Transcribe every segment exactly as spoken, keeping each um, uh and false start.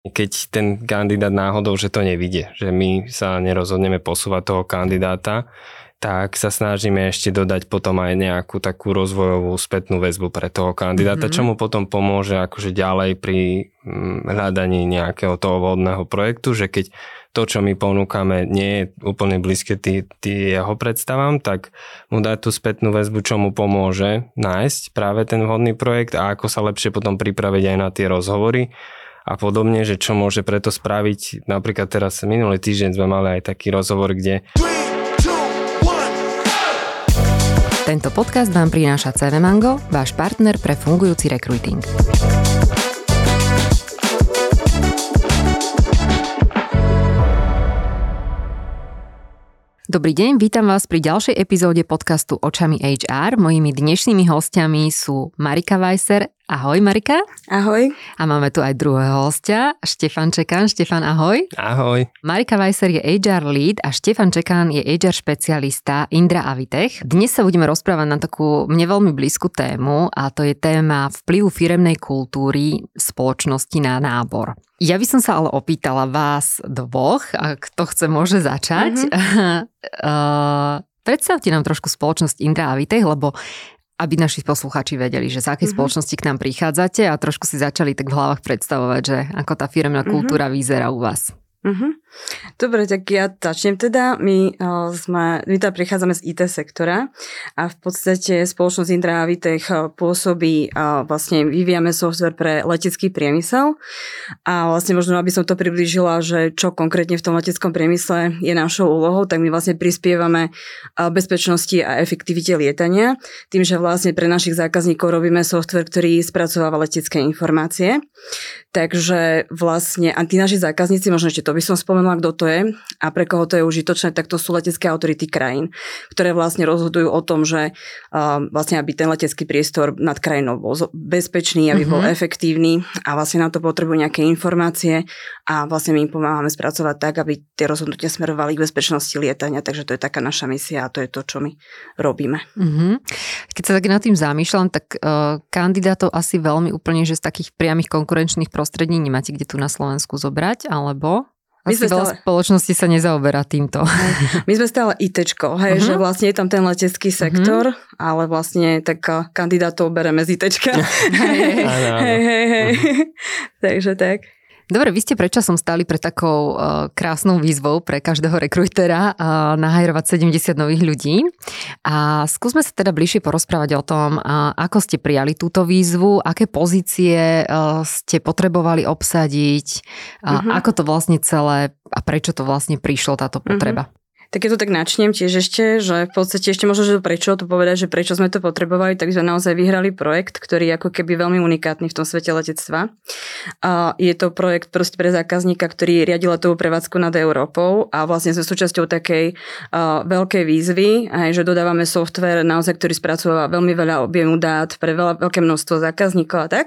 keď ten kandidát náhodou, že to nevidie, že my sa nerozhodneme posúvať toho kandidáta, tak sa snažíme ešte dodať potom aj nejakú takú rozvojovú spätnú väzbu pre toho kandidáta, mm-hmm. čo mu potom pomôže akože ďalej pri hľadaní nejakého toho vhodného projektu, že keď to, čo my ponúkame, nie je úplne blízke tý, tý jeho predstavám, tak mu dať tú spätnú väzbu, čo mu pomôže nájsť práve ten vhodný projekt a ako sa lepšie potom pripraviť aj na tie rozhovory a podobne, že čo môže preto spraviť. Napríklad teraz minulý týždeň sme mali aj taký rozhovor, kde... Tento podcast vám prináša cé vé Mango, váš partner pre fungujúci rekruting. Dobrý deň, vítam vás pri ďalšej epizóde podcastu Očami há er. Mojimi dnešnými hostiami sú Marika Weisser. Ahoj Marika. Ahoj. A máme tu aj druhého hostia, Štefan Čekan. Štefan, ahoj. Ahoj. Marika Weisser je há er lead a Štefan Čekan je há er špecialista Indra Avitech. Dnes sa budeme rozprávať na takú mne veľmi blízku tému a to je téma vplyvu firemnej kultúry spoločnosti na nábor. Ja by som sa ale opýtala vás dvoch, a kto chce, môže začať. Mm-hmm. uh, predstavte nám trošku spoločnosť Indra Avitech, lebo aby naši poslucháči vedeli, že z akej mm-hmm. spoločnosti k nám prichádzate a trošku si začali tak v hlavách predstavovať, že ako tá firemná kultúra mm-hmm. vyzerá u vás. Mm-hmm. Dobre, tak ja začnem teda. My, uh, sme, my teda prichádzame z í té sektora a v podstate spoločnosť Indra Avitech pôsobí a uh, vlastne vyvíjame software pre letecký priemysel a vlastne možno, aby som to priblížila, že čo konkrétne v tom leteckom priemysle je našou úlohou, tak my vlastne prispievame uh, bezpečnosti a efektivite lietania tým, že vlastne pre našich zákazníkov robíme software, ktorý spracováva letecké informácie. Takže vlastne a tí naši zákazníci, možno ešte to by som spomenula, kto to je a pre koho to je užitočné, tak to sú letecké autority krajín, ktoré vlastne rozhodujú o tom, že uh, vlastne aby ten letecký priestor nad krajinou bol bezpečný, aby mm-hmm. bol efektívny a vlastne na to potrebujú nejaké informácie a vlastne my im pomáhame spracovať tak, aby tie rozhodnutia smerovali k bezpečnosti lietania, takže to je taká naša misia a to je to, čo my robíme. Mm-hmm. Keď sa tak nad tým zamýšľam, tak uh, kandidátov asi veľmi úplne, že z takých priamých konkurenčných prostredí nemáte kde tu na Slovensku zobrať, alebo... My Asi veľa stále... spoločnosti sa nezaoberá týmto. My sme stále ITčko, hej, uh-huh. že vlastne je tam ten letecký sektor, uh-huh. ale vlastne tak kandidátov bereme z ITčka. hej, hej, hej, hej. Takže tak. Dobre, vy ste predčasom stáli pred takou uh, krásnou výzvou pre každého rekrutera uh, nahajrovať sedemdesiat nových ľudí. A skúsme sa teda bližšie porozprávať o tom, uh, ako ste prijali túto výzvu, aké pozície uh, ste potrebovali obsadiť, uh, uh-huh. ako to vlastne celé a prečo to vlastne prišlo táto potreba. Uh-huh. Tak ja to tak načnem tiež ešte, že v podstate ešte možno, že to prečo, to povedať, že prečo sme to potrebovali, tak sme naozaj vyhrali projekt, ktorý je ako keby veľmi unikátny v tom svete letectva. A je to projekt proste pre zákazníka, ktorý riadi letovú prevádzku nad Európou a vlastne sme súčasťou takej uh, veľkej výzvy, aj, že dodávame software naozaj, ktorý spracováva veľmi veľa objemu dát pre veľa, veľké množstvo zákazníkov a tak.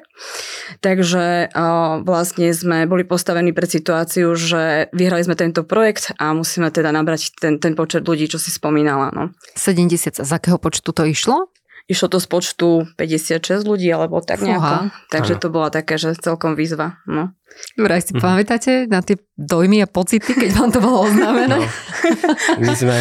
Takže uh, vlastne sme boli postavení pred situáciu, že vyhrali sme tento projekt a musíme teda nabrať ten ten počet ľudí, čo si spomínala. No. sedemdesiat, z akého počtu to išlo? Išlo to z počtu päťdesiatšesť ľudí, alebo tak nejako. Fúha. Takže to bola také, že celkom výzva. No. Dobre, si mm. pamätáte na tie dojmy a pocity, keď vám to bolo oznámené? No. My sme,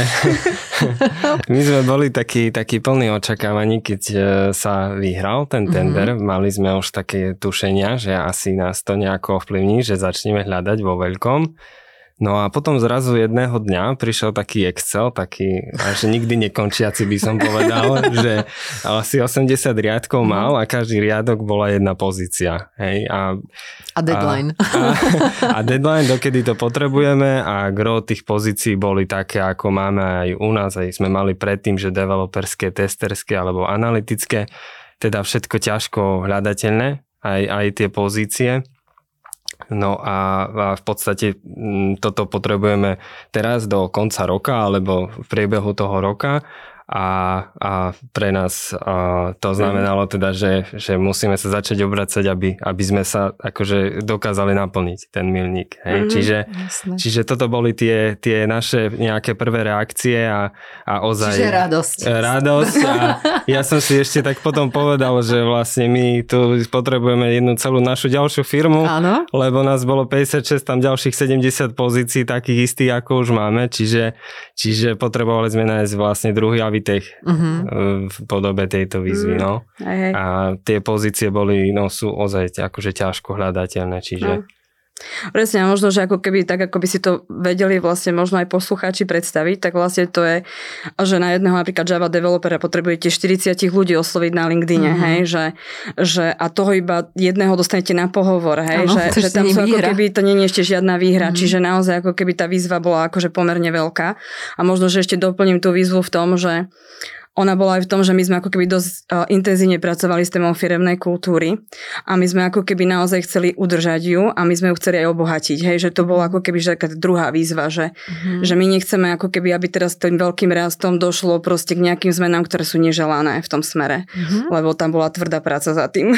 my sme boli takí, takí plní očakávaní, keď sa vyhral ten tender. Mm-hmm. Mali sme už také tušenia, že asi nás to nejako ovplyvní, že začneme hľadať vo veľkom. No a potom zrazu jedného dňa prišiel taký Excel, taký až nikdy nekončiaci by som povedal, že asi osemdesiat riadkov mal a každý riadok bola jedna pozícia. Hej? A, a deadline. A, a, a deadline, dokedy to potrebujeme a gro tých pozícií boli také, ako máme aj u nás, aj sme mali predtým, že developerské, testerské alebo analytické, teda všetko ťažko hľadateľné, aj, aj tie pozície. No a, a v podstate m, toto potrebujeme teraz do konca roka alebo v priebehu toho roka a, a pre nás a to znamenalo teda, že, že musíme sa začať obracať, aby, aby sme sa akože dokázali naplniť ten milník. Hej. Mm-hmm. Čiže, čiže toto boli tie, tie naše nejaké prvé reakcie a, a ozaj... Čiže radosť. Radosť a ja som si ešte tak potom povedal, že vlastne my tu potrebujeme jednu celú našu ďalšiu firmu, áno? Lebo nás bolo päťdesiatšesť, tam ďalších sedemdesiat pozícií takých istých, ako už máme, čiže, čiže potrebovali sme nájsť vlastne druhý Avitech uh-huh. v podobe tejto výzvy, no. Hej, hej. A tie pozície boli, no sú ozaj akože ťažko hľadateľné, čiže... No. Presne, možno, že ako keby, tak ako by si to vedeli vlastne možno aj poslucháči predstaviť, tak vlastne to je, že na jedného napríklad Java developera potrebujete štyridsať ľudí osloviť na LinkedIne, mm-hmm. hej, že, že a toho iba jedného dostanete na pohovor, hej, ano, že, že tam sú výhra. Ako keby, to nie je ešte žiadna výhra, mm-hmm. čiže naozaj ako keby tá výzva bola akože pomerne veľká a možno, že ešte doplním tú výzvu v tom, že ona bola aj v tom, že my sme ako keby dosť uh, intenzívne pracovali s témou firemnej kultúry a my sme ako keby naozaj chceli udržať ju a my sme ju chceli aj obohatiť. Hej, že to bola ako keby že taká druhá výzva, že, mm-hmm. že my nechceme ako keby, aby teraz tým veľkým rastom došlo proste k nejakým zmenám, ktoré sú neželané v tom smere, mm-hmm. lebo tam bola tvrdá práca za tým.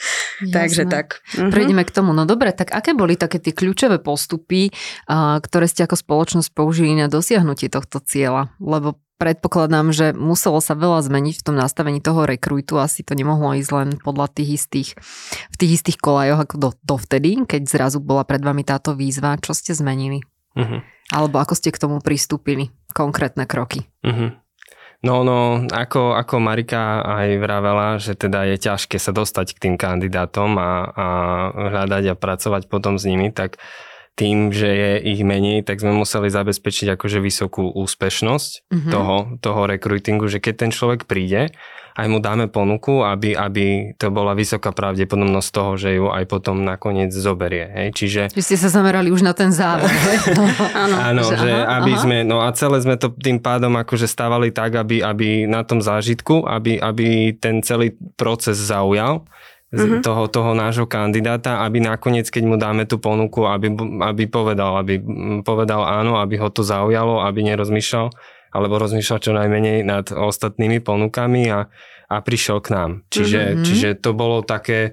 Takže tak. Mm-hmm. Prejdeme k tomu. No dobre, tak aké boli také tie kľúčové postupy, uh, ktoré ste ako spoločnosť použili na dosiahnutie tohto cieľa? Lebo predpokladám, že muselo sa veľa zmeniť v tom nastavení toho rekrútu. Asi to nemohlo ísť len podľa tých istých, v tých istých kolajoch ako do, dovtedy, keď zrazu bola pred vami táto výzva. Čo ste zmenili? Uh-huh. Alebo ako ste k tomu pristúpili? Konkrétne kroky. Uh-huh. No, no, ako, ako Marika aj vravela, že teda je ťažké sa dostať k tým kandidátom a, a hľadať a pracovať potom s nimi, tak tým, že je ich menej, tak sme museli zabezpečiť akože vysokú úspešnosť mm-hmm. toho, toho rekrutingu, že keď ten človek príde, aj mu dáme ponuku, aby, aby to bola vysoká pravdepodobnosť toho, že ju aj potom nakoniec zoberie. Hej? Čiže... Vy ste sa zamerali už na ten záver. Áno, áno že, že aha, aby aha. sme, no a celé sme to tým pádom akože stávali tak, aby, aby na tom zážitku, aby, aby ten celý proces zaujal Uh-huh. toho, toho nášho kandidáta, aby nakoniec, keď mu dáme tú ponuku, aby, aby povedal, aby povedal áno, aby ho to zaujalo, aby nerozmýšľal, alebo rozmýšľal čo najmenej nad ostatnými ponukami a, a prišiel k nám. Čiže, uh-huh. čiže to bolo také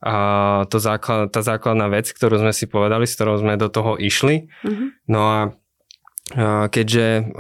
a, to základ, tá základná vec, ktorú sme si povedali, s ktorou sme do toho išli. Uh-huh. No a keďže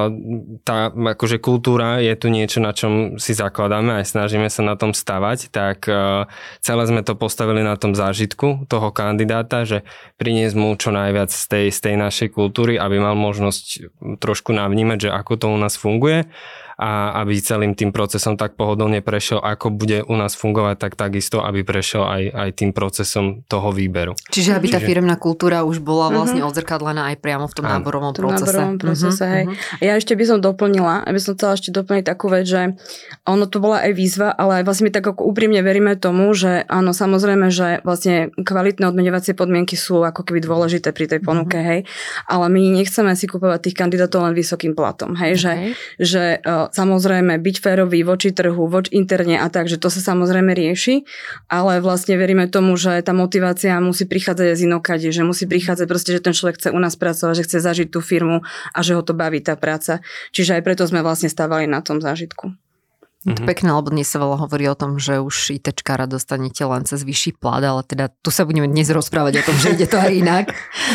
tá akože kultúra je tu niečo, na čom si zakladáme aj snažíme sa na tom stavať, tak celé sme to postavili na tom zážitku toho kandidáta, že priniesť mu čo najviac z tej, z tej našej kultúry, aby mal možnosť trošku navnímať, že ako to u nás funguje a aby celým tým procesom tak pohodlne prešiel, ako bude u nás fungovať, tak takisto, aby prešiel aj, aj tým procesom toho výberu. Čiže aby tá firemná kultúra už bola vlastne uh-huh. odzrkadlená aj priamo v tom áno. náborovom procese. náborovom procese, uh-huh. hej. Ja ešte by som doplnila, aby som chcela ešte doplniť takú vec, že ono to bola aj výzva, ale aj vlastne my tak ako úprimne veríme tomu, že áno, samozrejme, že vlastne kvalitné odmeňovacie podmienky sú ako keby dôležité pri tej ponuke, uh-huh. hej. Ale my nechceme si kupovať tých kandidátov len vysokým platom, hej, okay. že, že samozrejme byť férový voči trhu, voči interne a tak, že to sa samozrejme rieši, ale vlastne veríme tomu, že tá motivácia musí prichádzať z inokade, že musí prichádzať proste, že ten človek chce u nás pracovať, že chce zažiť tú firmu a že ho to baví tá práca. Čiže aj preto sme vlastne stávali na tom zážitku. Mm-hmm. To pekné, lebo dnes sa veľa hovorí o tom, že už ITčkára dostanete len cez vyšší plat, ale teda tu sa budeme dnes rozprávať o tom, že ide to aj inak.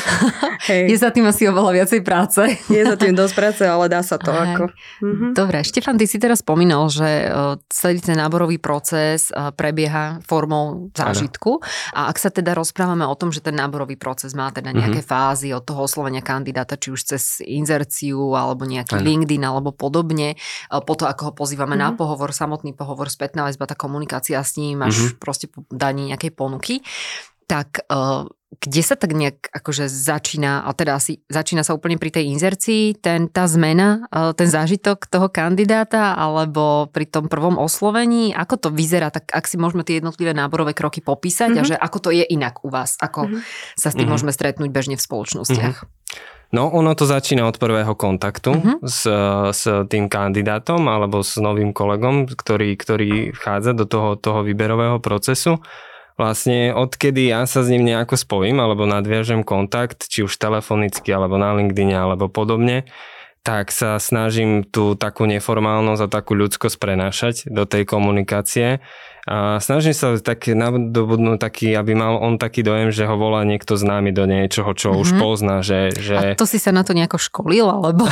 Je za tým asi oveľa viacej práce. Je za tým dosť práce, ale dá sa to. Ako. Mm-hmm. Dobre, Štefan, ty si teraz spomínal, že celý ten náborový proces prebieha formou zážitku a ak sa teda rozprávame o tom, že ten náborový proces má teda nejaké mm-hmm. fázy od toho oslovenia kandidáta, či už cez inzerciu alebo nejaký ano. LinkedIn alebo podobne, po to, ako ho pozývame mm-hmm. na pohovor, samotný pohovor, spätná väzba, tá komunikácia s ním až mm-hmm. proste po daní nejakej ponuky, tak uh, kde sa tak nejak akože začína, a teda asi začína sa úplne pri tej inzercii, ten, tá zmena, uh, ten zážitok toho kandidáta, alebo pri tom prvom oslovení, ako to vyzerá, tak ak si môžeme tie jednotlivé náborové kroky popísať mm-hmm. a že ako to je inak u vás, ako mm-hmm. sa s tým mm-hmm. môžeme stretnúť bežne v spoločnostiach. Mm-hmm. No, ono to začína od prvého kontaktu uh-huh. s, s tým kandidátom alebo s novým kolegom, ktorý, ktorý vchádza do toho, toho výberového procesu. Vlastne odkedy ja sa s ním nejako spojím alebo nadviažem kontakt, či už telefonicky alebo na LinkedIne alebo podobne, tak sa snažím tú takú neformálnosť a takú ľudskosť prenášať do tej komunikácie. A snažím sa tak nadobudnúť taký, aby mal on taký dojem, že ho volá niekto známy do niečoho, čo mm-hmm. už pozná. Že, že... A to si sa na to nejako školil, alebo...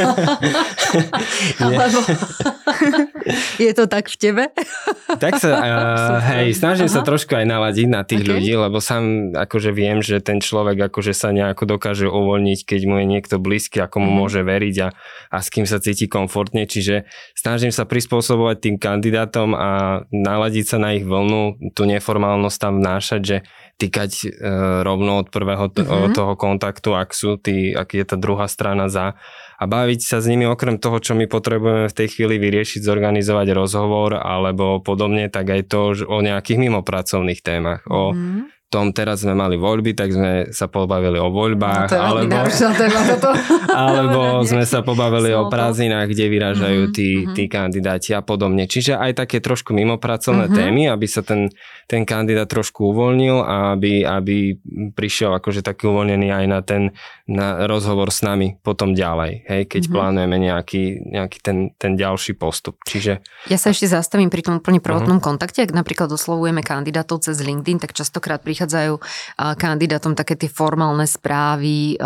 alebo... Je to tak v tebe? Tak sa, uh, hej, snažím Aha. sa trošku aj naladiť na tých okay. ľudí, lebo sám akože viem, že ten človek akože sa nejako dokáže uvoľniť, keď mu je niekto blízky, ako mu mm. môže veriť a, a s kým sa cíti komfortne. Čiže snažím sa prispôsobovať tým kandidátom a naladiť sa na ich vlnu, tú neformálnosť tam vnášať, že týkať e, rovno od prvého t- mm-hmm. toho kontaktu, ak sú tí, ak je tá druhá strana za a baviť sa s nimi okrem toho, čo my potrebujeme v tej chvíli vyriešiť, zorganizovať rozhovor alebo podobne, tak aj to o nejakých mimopracovných témach, o mm-hmm. tom teraz sme mali voľby, tak sme sa pobavili o voľbách, no, alebo, alebo sme sa pobavili o prázdninách, kde vyrážajú mm-hmm, tí, mm-hmm. tí kandidáti a podobne. Čiže aj také trošku mimopracovné mm-hmm. témy, aby sa ten, ten kandidát trošku uvoľnil a aby, aby prišiel akože taký uvoľnený aj na ten na rozhovor s nami potom ďalej, hej, keď mm-hmm. plánujeme nejaký, nejaký ten, ten ďalší postup. Čiže... Ja sa ešte zastavím pri tom úplne prvotnom mm-hmm. kontakte, ak napríklad oslovujeme kandidátov cez LinkedIn, tak častokrát prichádzajú kandidátom také tie formálne správy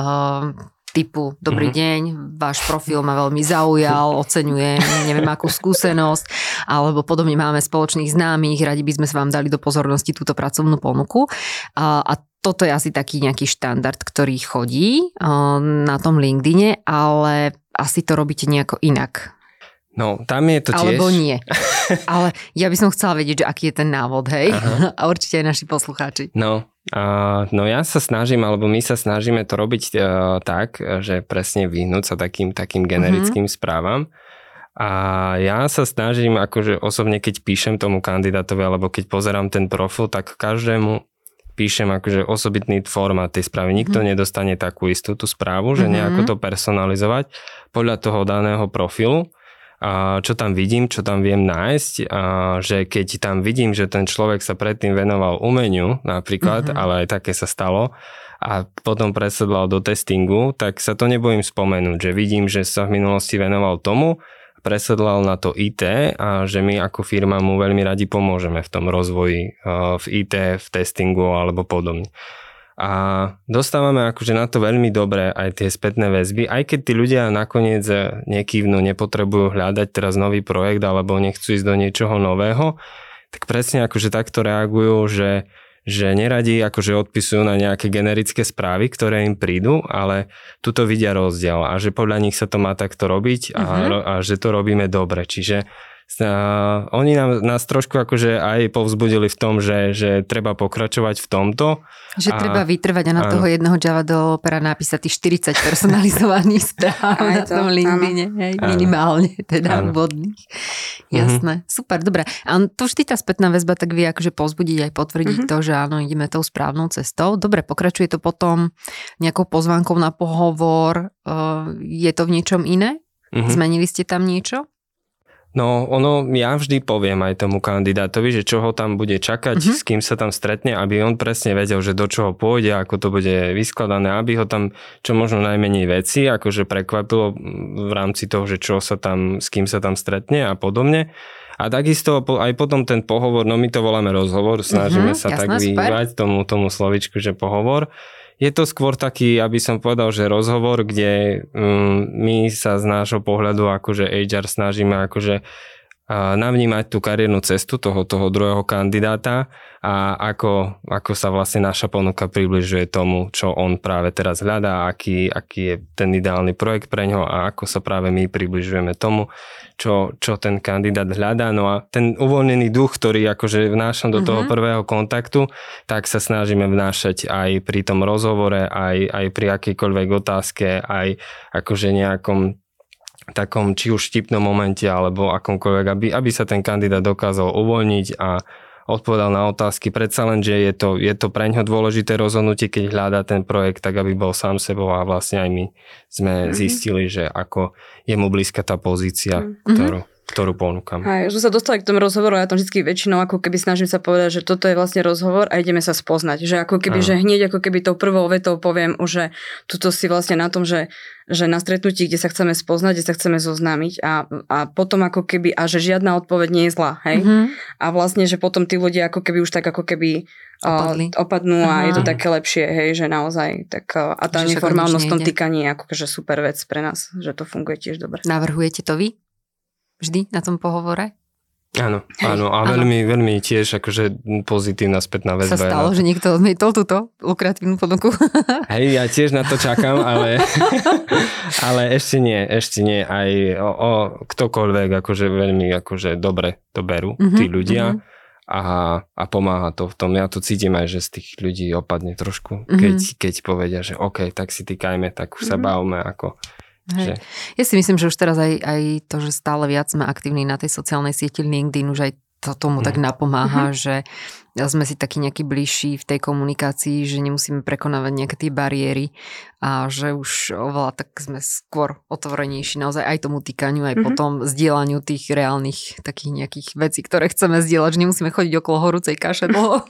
typu dobrý mm-hmm. deň, váš profil ma veľmi zaujal, oceňujem, neviem akú skúsenosť, alebo podobne máme spoločných známych, radi by sme sa vám dali do pozornosti túto pracovnú ponuku. A, a toto je asi taký nejaký štandard, ktorý chodí na tom LinkedIne, ale asi to robíte nejako inak. No, tam je to tiež... Alebo nie. Ale ja by som chcela vedieť, že aký je ten návod, hej? Aha. A určite aj naši poslucháči. No, uh, no ja sa snažím, alebo my sa snažíme to robiť uh, tak, že presne vyhnúť sa takým, takým generickým uh-huh. správam. A ja sa snažím, akože osobne, keď píšem tomu kandidátovi, alebo keď pozerám ten profil, tak každému píšem akože osobitný formát tej správy. Nikto uh-huh. nedostane takú istú tú správu, že uh-huh. nejako to personalizovať podľa toho daného profilu. A čo tam vidím, čo tam viem nájsť, a že keď tam vidím, že ten človek sa predtým venoval umeniu napríklad, mm-hmm. ale aj také sa stalo a potom presedlal do testingu, tak sa to nebojím spomenúť, že vidím, že sa v minulosti venoval tomu, presedlal na to í té a že my ako firma mu veľmi radi pomôžeme v tom rozvoji v í té, v testingu alebo podobne. A dostávame akože na to veľmi dobre aj tie spätné väzby, aj keď tí ľudia nakoniec nekývnu, nepotrebujú hľadať teraz nový projekt alebo nechcú ísť do niečoho nového, tak presne akože takto reagujú, že, že neradi akože odpisujú na nejaké generické správy, ktoré im prídu, ale tuto vidia rozdiel a že podľa nich sa to má takto robiť a, uh-huh. a že to robíme dobre. Čiže Uh, oni nám, nás trošku akože aj povzbudili v tom, že, že treba pokračovať v tomto. Že a, treba vytrvať a na áno. toho jedného Java developera napísať tých štyridsať personalizovaných správ na to, tom LinkedIne. Hej, minimálne, teda úvodných. Jasné, uh-huh. super, dobre. A to vždy tá spätná väzba tak vie akože povzbudiť aj potvrdiť uh-huh. to, že áno, ideme tou správnou cestou. Dobre, pokračuje to potom nejakou pozvánkou na pohovor. Uh, je to v niečom iné? Uh-huh. Zmenili ste tam niečo? No, ono, ja vždy poviem aj tomu kandidátovi, že čo ho tam bude čakať, mm-hmm. s kým sa tam stretne, aby on presne vedel, že do čoho pôjde, ako to bude vyskladané, aby ho tam čo možno najmenej veci, akože prekvapilo v rámci toho, že čo sa tam, s kým sa tam stretne a podobne. A takisto aj potom ten pohovor, no my to voláme rozhovor, snažíme mm-hmm, sa jasná, tak vyhýbať tomu, tomu slovičku, že pohovor. Je to skôr taký, aby som povedal, že rozhovor, kde um, my sa z nášho pohľadu akože há er snažíme akože uh, navnímať tú kariérnu cestu toho, toho druhého kandidáta a ako, ako sa vlastne naša ponuka približuje tomu, čo on práve teraz hľadá, aký, aký je ten ideálny projekt pre ňo a ako sa práve my približujeme tomu, čo, čo ten kandidát hľadá. No a ten uvoľnený duch, ktorý akože vnášam do toho mm-hmm. prvého kontaktu, tak sa snažíme vnášať aj pri tom rozhovore, aj, aj pri akejkoľvek otázke, aj akože nejakom takom či už vtipnom momente alebo akomkoľvek, aby, aby sa ten kandidát dokázal uvoľniť a odpovedal na otázky. Predsa len, že je to, je to pre ňo dôležité rozhodnutie, keď hľadá ten projekt, tak aby bol sám sebou a vlastne aj my sme mm-hmm. zistili, že ako je mu blízka tá pozícia, mm-hmm. ktorú... ktorú ponúkam. A už sme sa dostali k tomu rozhovoru, ja tam vždy väčšinou ako keby snažím sa povedať, že toto je vlastne rozhovor a ideme sa spoznať. Že ako keby, Aha. že hneď ako keby tou prvou vetou poviem, že tuto si vlastne na tom, že, že na stretnutí, kde sa chceme spoznať, kde sa chceme zoznámiť a, a potom ako keby, a že žiadna odpoveď nie je zlá, hej? Mm-hmm. A vlastne, že potom tí ľudia ako keby už tak ako keby Opadli. opadnú a Aha. je to také lepšie, hej, že naozaj tak a tá neformálnosť v tom týkaní je ako že super vec pre nás, že to funguje tiež dobre. Navrhujete to vy? Vždy na tom pohovore? Áno, áno a veľmi, veľmi tiež akože pozitívna spätná väzba. Sa stalo, že niekto odmietol túto lukratívnu ponuku? Hej, ja tiež na to čakám, ale, ale ešte nie, ešte nie. Aj o, o ktokoľvek akože veľmi akože dobre to berú mm-hmm, tí ľudia. Mm-hmm. A, a pomáha to v tom. Ja to cítim aj, že z tých ľudí opadne trošku, mm-hmm. keď, keď povedia, že OK, tak si týkajme, tak už mm-hmm. sa bavme. Ako, že... Ja si myslím, že už teraz aj, aj to, že stále viac sme aktívni na tej sociálnej sieti LinkedIn, už aj to tomu mm. tak napomáha, mm-hmm. že sme si takí nejakí bližší v tej komunikácii, že nemusíme prekonávať nejaké tie bariéry a že už oveľa tak sme skôr otvorenejší naozaj aj tomu týkaniu, aj mm-hmm. potom zdieľaniu tých reálnych takých nejakých vecí, ktoré chceme zdieľať, že nemusíme chodiť okolo horúcej kaše dlho.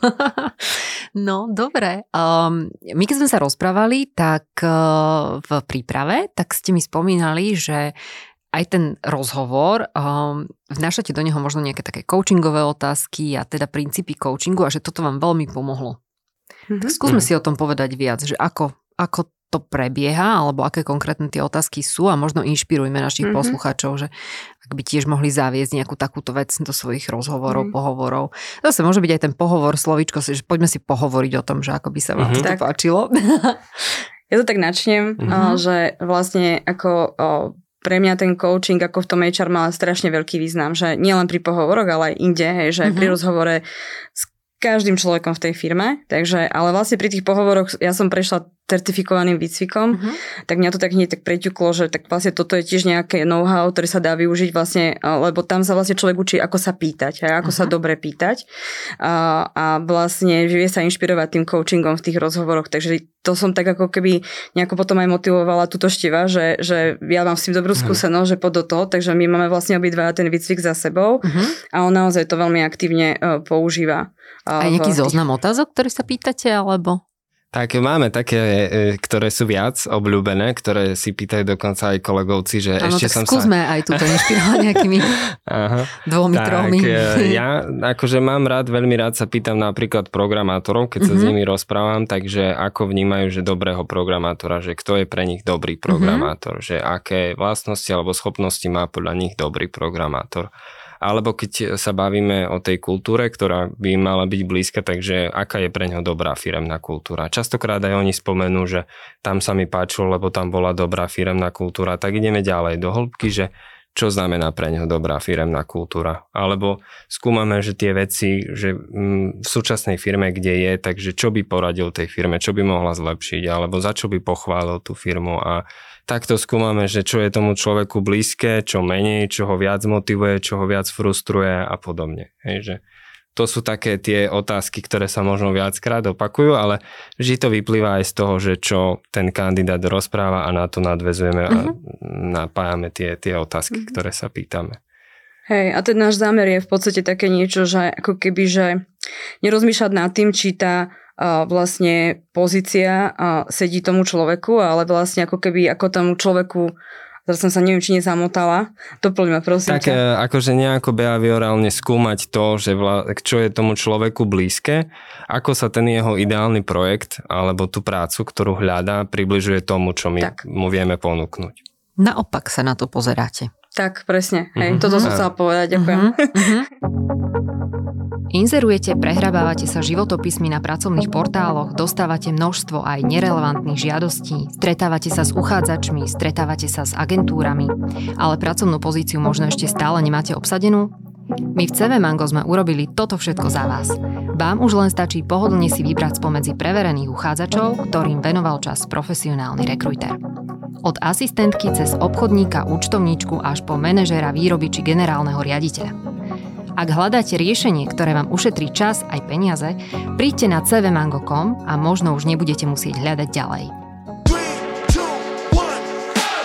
No, dobre. Um, my keď sme sa rozprávali, tak uh, v príprave, tak ste mi spomínali, že aj ten rozhovor, um, vnášate do neho možno nejaké také coachingové otázky a teda princípy coachingu a že toto vám veľmi pomohlo. Mm-hmm. Tak skúsme mm-hmm. si o tom povedať viac, že ako, ako to prebieha, alebo aké konkrétne tie otázky sú a možno inšpirujme našich mm-hmm. poslucháčov, že ak by tiež mohli zaviesť nejakú takúto vec do svojich rozhovorov, mm-hmm. pohovorov. Zase môže byť aj ten pohovor, slovíčko, že poďme si pohovoriť o tom, že ako by sa vám mm-hmm. to tak páčilo. Ja to tak načnem, mm-hmm. že vlastne ako pre mňa ten coaching ako v tom há er má strašne veľký význam, že nielen pri pohovoroch, ale aj inde, hej, že mm-hmm. pri rozhovore s každým človekom v tej firme, takže, ale vlastne pri tých pohovoroch ja som prešla certifikovaným výcvikom, mm-hmm. tak mňa to tak hneď tak preťuklo, že tak vlastne toto je tiež nejaké know-how, ktoré sa dá využiť vlastne, lebo tam sa vlastne človek učí, ako sa pýtať a ako uh-huh. sa dobre pýtať a, a vlastne vie sa inšpirovať tým coachingom v tých rozhovoroch, takže to som tak ako keby nejako potom aj motivovala túto Štiva, že, že ja mám s tým dobrú skúsenosť, uh-huh. že pod do toho, takže my máme vlastne obidva ten výcvik za sebou uh-huh. a on naozaj to veľmi aktívne uh, používa. Uh, a nejaký tých... zoznam otázok, ktorý sa pýtate, alebo... Tak máme také, ktoré sú viac obľúbené, ktoré si pýtajú dokonca aj kolegovci, že ano, ešte som sa... skúsme aj túto inšpirovať nejakými Aha. dvomi, tak, tromi. Ja akože mám rád, veľmi rád sa pýtam napríklad programátorov, keď sa mm-hmm. s nimi rozprávam, takže ako vnímajú, že dobrého programátora, že kto je pre nich dobrý programátor, mm-hmm. že aké vlastnosti alebo schopnosti má podľa nich dobrý programátor. Alebo keď sa bavíme o tej kultúre, ktorá by mala byť blízka, takže aká je pre ňo dobrá firemná kultúra. Častokrát aj oni spomenú, že tam sa mi páčilo, lebo tam bola dobrá firemná kultúra. Tak ideme ďalej do hĺbky, že čo znamená pre ňo dobrá firemná kultúra. Alebo skúmame, že tie veci, že v súčasnej firme, kde je, takže čo by poradil tej firme, čo by mohla zlepšiť, alebo za čo by pochválil tú firmu a takto skúmame, že čo je tomu človeku blízke, čo menej, čo ho viac motivuje, čo ho viac frustruje a podobne. Hej, že to sú také tie otázky, ktoré sa možno viackrát opakujú, ale vždy to vyplýva aj z toho, že čo ten kandidát rozpráva a na to nadväzujeme uh-huh. a napájame tie, tie otázky, uh-huh. ktoré sa pýtame. Hej, a ten náš zámer je v podstate také niečo, že ako keby, že nerozmýšľať nad tým, či tá a vlastne pozícia a sedí tomu človeku, ale vlastne ako keby ako tomu človeku, teraz som sa neviem, či nezamotala, doplň ma prosím. Tak ťa. Akože nejako behaviorálne skúmať to, že vla, čo je tomu človeku blízke, ako sa ten jeho ideálny projekt alebo tú prácu, ktorú hľadá, približuje tomu, čo my tak. mu vieme ponúknuť. Naopak sa na to pozeráte. Tak, presne. Hej, uh-huh. toto som chcela povedať. Ďakujem. Uh-huh. Uh-huh. Inzerujete, prehrabávate sa životopismi na pracovných portáloch, dostávate množstvo aj nerelevantných žiadostí, stretávate sa s uchádzačmi, stretávate sa s agentúrami, ale pracovnú pozíciu možno ešte stále nemáte obsadenú? My v cé vé Mango sme urobili toto všetko za vás. Vám už len stačí pohodlne si vybrať spomedzi preverených uchádzačov, ktorým venoval čas profesionálny rekrúter. Od asistentky cez obchodníka, účtovníčku až po manažéra výroby či generálneho riaditeľa. Ak hľadáte riešenie, ktoré vám ušetrí čas aj peniaze, príďte na c v mango bodka com a možno už nebudete musieť hľadať ďalej.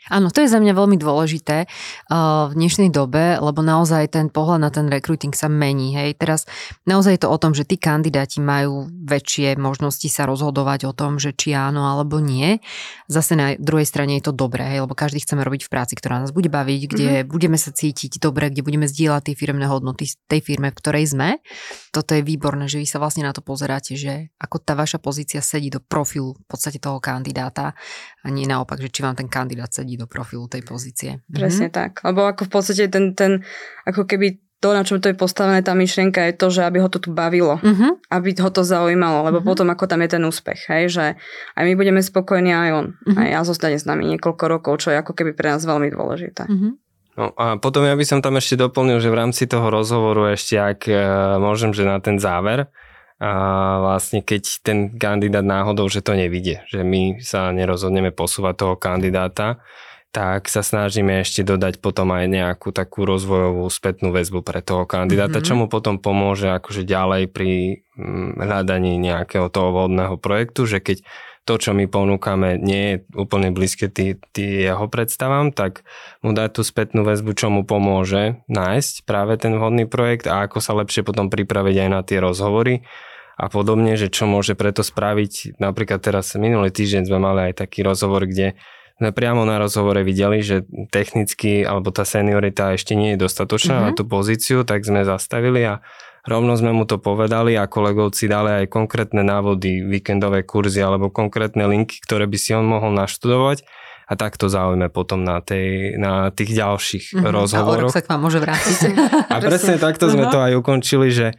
Áno, to je za mňa veľmi dôležité uh, v dnešnej dobe, lebo naozaj ten pohľad na ten recruiting sa mení. Hej. Teraz naozaj je to o tom, že tí kandidáti majú väčšie možnosti sa rozhodovať o tom, že či áno alebo nie. Zase na druhej strane je to dobré, hej, lebo každý chceme robiť v práci, ktorá nás bude baviť, kde mm-hmm. budeme sa cítiť dobre, kde budeme zdieľať tie firemné hodnoty tej firme, v ktorej sme. Toto je výborné, že vy sa vlastne na to pozeráte, že ako tá vaša pozícia sedí do profilu v podstate toho kandidáta a nie naopak, že či vám ten kandidát sedí do profilu tej pozície. Presne mm-hmm. tak. Lebo ako v podstate ten, ten ako keby to, na čom to je postavené, tá myšlienka je to, že aby ho to tu bavilo. Mm-hmm. Aby ho to zaujímalo, lebo mm-hmm. potom ako tam je ten úspech. Hej, že aj my budeme spokojní, aj on. Mm-hmm. Aj ja zostane s nami niekoľko rokov, čo je ako keby pre nás veľmi dôležité. Mm-hmm. No a potom ja by som tam ešte doplnil, že v rámci toho rozhovoru ešte, ak e, môžem, že na ten záver, a vlastne keď ten kandidát náhodou, že to nevidie, že my sa nerozhodneme posúvať toho kandidáta, tak sa snažíme ešte dodať potom aj nejakú takú rozvojovú spätnú väzbu pre toho kandidáta, mm-hmm. čo mu potom pomôže akože ďalej pri hľadaní nejakého toho vhodného projektu, že keď to, čo my ponúkame, nie je úplne blízke tý, tý jeho predstavám, tak mu dať tú spätnú väzbu, čo mu pomôže nájsť práve ten vhodný projekt a ako sa lepšie potom pripraviť aj na tie rozhovory a podobne, že čo môže preto spraviť. Napríklad teraz minulý týždeň sme mali aj taký rozhovor, kde sme priamo na rozhovore videli, že technicky alebo tá seniorita ešte nie je dostatočná mm-hmm. na tú pozíciu, tak sme zastavili a rovno sme mu to povedali a kolegovci dali aj konkrétne návody, víkendové kurzy alebo konkrétne linky, ktoré by si on mohol naštudovať a tak to zaujme potom na, tej, na tých ďalších mm-hmm. rozhovoroch. A o rok sa k vám môže vrátiť. A presne takto sme to aj ukončili, že,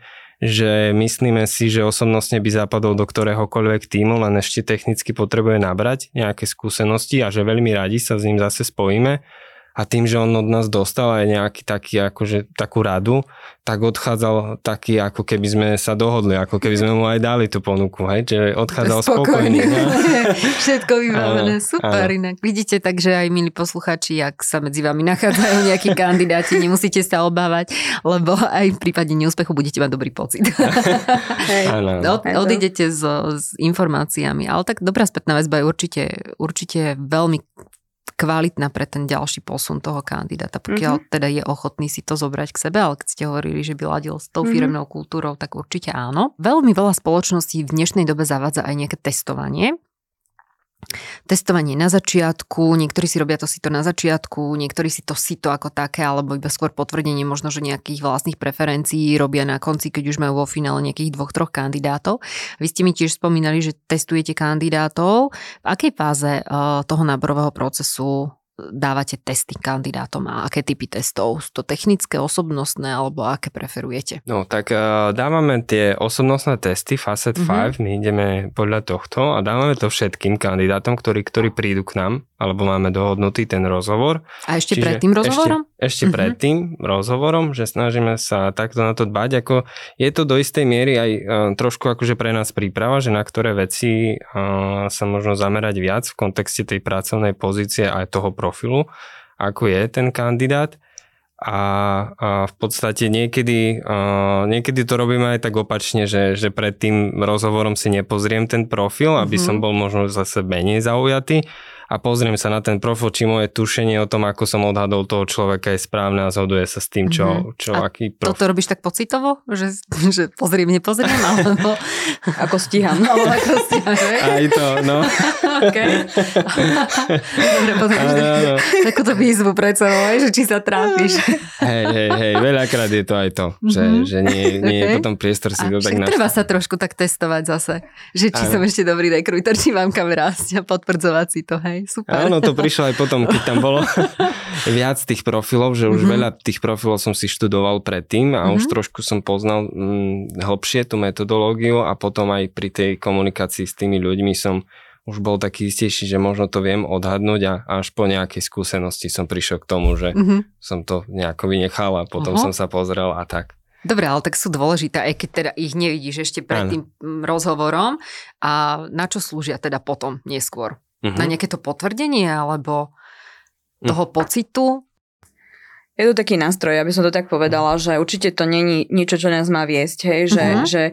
že myslíme si, že osobnostne by zapadol do ktoréhokoľvek tímu, len ešte technicky potrebuje nabrať nejaké skúsenosti a že veľmi radi sa s ním zase spojíme. A tým, že on od nás dostal aj nejaký taký, akože takú radu, tak odchádzal taký, ako keby sme sa dohodli, ako keby sme mu aj dali tú ponuku, hej, že odchádzal spokojný. Všetko vybavené, super. Áno. Inak vidíte, takže aj milí posluchači, ak sa medzi vami nachádzajú nejakí kandidáti, nemusíte sa obávať, lebo aj v prípade neúspechu budete mať dobrý pocit. Od, odídete s, s informáciami, ale tak dobrá spätná väzba je určite, určite veľmi kvalitná pre ten ďalší posun toho kandidáta, pokiaľ mm-hmm. teda je ochotný si to zobrať k sebe, ale keď ste hovorili, že by ladil s tou mm-hmm. firemnou kultúrou, tak určite áno. Veľmi veľa spoločností v dnešnej dobe zavádza aj nejaké testovanie. Testovanie na začiatku, niektorí si robia to sito na začiatku, niektorí si to sito ako také, alebo iba skôr potvrdenie možno, že nejakých vlastných preferencií robia na konci, keď už majú vo finále nejakých dvoch, troch kandidátov. Vy ste mi tiež spomínali, že testujete kandidátov. V akej fáze uh, toho náborového procesu dávate testy kandidátom a aké typy testov? Sú to technické, osobnostné alebo aké preferujete? No tak uh, dávame tie osobnostné testy Facet mm-hmm. päť, my ideme podľa tohto a dávame to všetkým kandidátom, ktorí, ktorí prídu k nám, alebo máme dohodnutý ten rozhovor. A ešte Čiže pred tým rozhovorom? Ešte, ešte mm-hmm. pred tým rozhovorom, že snažíme sa takto na to dbať, ako je to do istej miery aj uh, trošku akože pre nás príprava, že na ktoré veci uh, sa možno zamerať viac v kontexte tej pracovnej pozície aj toho profilu, ako je ten kandidát. A, a v podstate niekedy, uh, niekedy to robíme aj tak opačne, že, že pred tým rozhovorom si nepozriem ten profil, aby mm-hmm. som bol možno zase menej zaujatý a pozriem sa na ten profil, či moje tušenie o tom, ako som odhadol toho človeka je správne a zhoduje sa s tým, čo, mm-hmm. čo a aký profil. Toto robíš tak pocitovo? Že, že pozriem, nepozriem? Alebo ako stíham. Alebo ako stíham, že? Aj to, no. OK. Dobre, pozrieš takúto výzvu pred sebou, že či sa trápiš. Hej, hej, hej, veľakrát je to aj to, že, mm-hmm. že nie, nie okay. je potom priestor si a to tak našť. Treba sa trošku tak testovať zase, že či aj. Som ešte dobrý rekruiter, či mám kam rásť a potvrdzovať si to, hej, super. Áno, to prišlo aj potom, keď tam bolo viac tých profilov, že už mm-hmm. veľa tých profilov som si študoval predtým a mm-hmm. už trošku som poznal hm, hlbšie tú metodológiu a potom aj pri tej komunikácii s tými ľuďmi som už bol taký istejší, že možno to viem odhadnúť a až po nejakej skúsenosti som prišiel k tomu, že mm-hmm. som to nejako vynechal a potom uh-huh. som sa pozrel a tak. Dobre, ale tak sú dôležité, aj keď teda ich nevidíš ešte pred tým rozhovorom a na čo slúžia teda potom neskôr? Uh-huh. Na nejaké to potvrdenie alebo toho uh-huh. pocitu? Je to taký nástroj, aby som to tak povedala, že určite to není niečo, čo nás má viesť, hej, že, uh-huh. že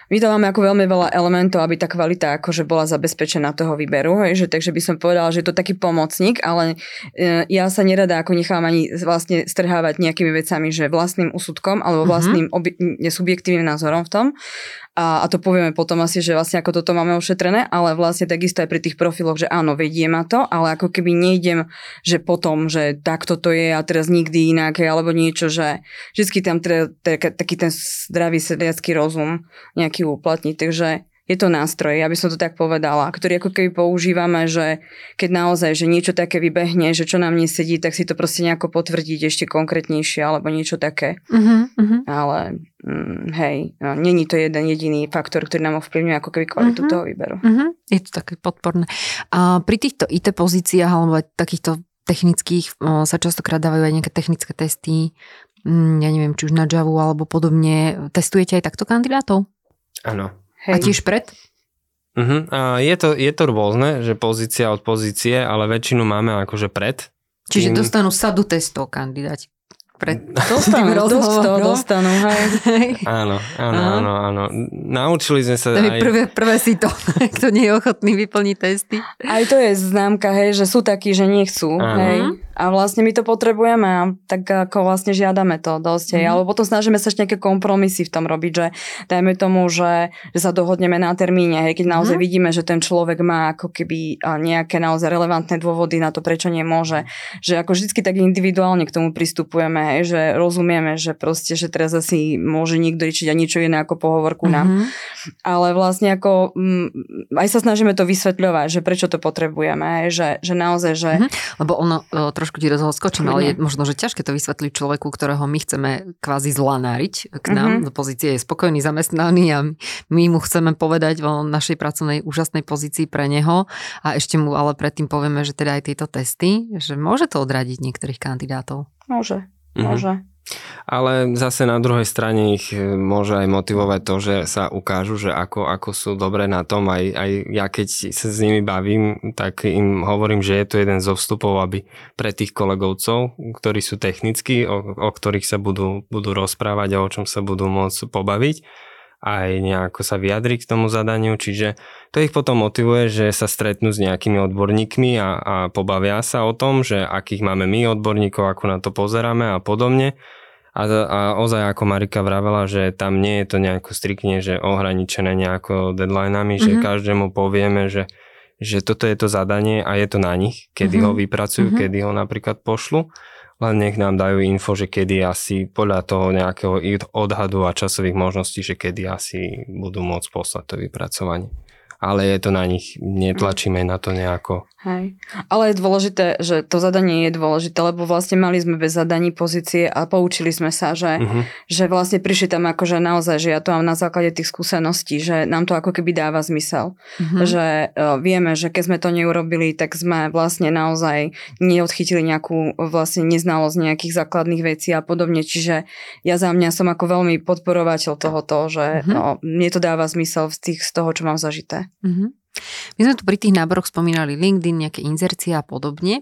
My tam máme ako veľmi veľa elementov, aby tá kvalita akože bola zabezpečená toho výberu, hej, že, takže by som povedala, že je to taký pomocník, ale e, ja sa nerada ako nechám ani vlastne strhávať nejakými vecami, že vlastným úsudkom alebo vlastným uh-huh. obi- nesubjektívnym názorom v tom. A, a to povieme potom asi, že vlastne ako toto máme ošetrené, ale vlastne takisto aj pri tých profiloch, že áno, vedie ma to, ale ako keby nejdem, že potom, že takto to je a teraz nikdy inak, alebo niečo, že vždycky tam treba taký ten zdravý sedliacky rozum nejaký uplatniť, takže je to nástroj, aby som to tak povedala, ktorý ako keby používame, že keď naozaj, že niečo také vybehne, že čo nám nesedí, tak si to proste nejako potvrdiť ešte konkrétnejšie alebo niečo také. Uh-huh, uh-huh. Ale mm, hej, no, není to jeden jediný faktor, ktorý nám ovplyvňuje ako keby kvalitu uh-huh. toho výberu. Uh-huh. Je to také podporné. A pri týchto í té pozíciách alebo takýchto technických o, sa častokrát dávajú aj nejaké technické testy, mm, ja neviem, či už na Javu alebo podobne. Testujete aj takto kandidátov? Áno. Hej. A tiež pred? Uh-huh. A je, to, je to rôzne, že pozícia od pozície, ale väčšinu máme akože pred. Čiže tým... dostanú sadu testov kandidáti. Pred dostanú, dostanú, dostanú, hej. Áno, áno, áno, áno. Naučili sme sa to aj... Prvé, prvé si to, kto nie je ochotný vyplniť testy. Aj to je známka, hej, že sú takí, že nechcú, áno. Hej. A vlastne my to potrebujeme a tak ako vlastne žiadame to dosť. Mm. Alebo potom snažíme sa ešte nejaké kompromisy v tom robiť, že dajme tomu, že, že sa dohodneme na termíne, hej, keď naozaj mm. vidíme, že ten človek má ako keby nejaké naozaj relevantné dôvody na to, prečo nemôže. Že ako vždycky tak individuálne k tomu pristupujeme, hej, že rozumieme, že proste, že teraz asi môže niekto riešiť a niečo iné ako pohovorku nám. Mm. Ale vlastne ako m, aj sa snažíme to vysvetľovať, že prečo to potrebujeme, hej, že, že naozaj, že... Mm. Lebo ono trošku ti do toho skočím, ale je možno, že ťažké to vysvetliť človeku, ktorého my chceme kvázi zlanáriť k nám. Mm-hmm. Do pozície je spokojný, zamestnaný a my mu chceme povedať o našej pracovnej úžasnej pozícii pre neho a ešte mu ale predtým povieme, že teda aj tieto testy, že môže to odradiť niektorých kandidátov. Môže, môže. Mm-hmm. Ale zase na druhej strane ich môže aj motivovať to, že sa ukážu, že ako, ako sú dobré na tom. Aj, aj ja keď sa s nimi bavím, tak im hovorím, že je to jeden zo vstupov, aby pre tých kolegovcov, ktorí sú technickí, o, o ktorých sa budú, budú rozprávať a o čom sa budú môcť pobaviť, aj nejako sa vyjadriť k tomu zadaniu, čiže to ich potom motivuje, že sa stretnú s nejakými odborníkmi a, a pobavia sa o tom, že akých máme my odborníkov, ako na to pozeráme a podobne. A, a ozaj, ako Marika vravela, že tam nie je to nejako striktne, že ohraničené nejako deadlineami, mm-hmm. že každému povieme, že, že toto je to zadanie a je to na nich, kedy mm-hmm. ho vypracujú, mm-hmm. kedy ho napríklad pošlu. Len nech nám dajú info, že kedy asi podľa toho nejakého odhadu a časových možností, že kedy asi budú môcť poslať to vypracovanie. Ale je to na nich, netlačíme na to nejako. Hej. Ale je dôležité, že to zadanie je dôležité, lebo vlastne mali sme bez zadaní pozície a poučili sme sa, že, uh-huh. že vlastne prišli tam akože naozaj, že ja to mám na základe tých skúseností, že nám to ako keby dáva zmysel. Uh-huh. Že uh, vieme, že keď sme to neurobili, tak sme vlastne naozaj neodchytili nejakú vlastne neznalosť nejakých základných vecí a podobne. Čiže ja za mňa som ako veľmi podporovateľ tohoto, že uh-huh. no, mne to dáva zmysel z, tých, z toho, čo mám zažité. Uh-huh. My sme tu pri tých náboroch spomínali LinkedIn, nejaké inzercie a podobne.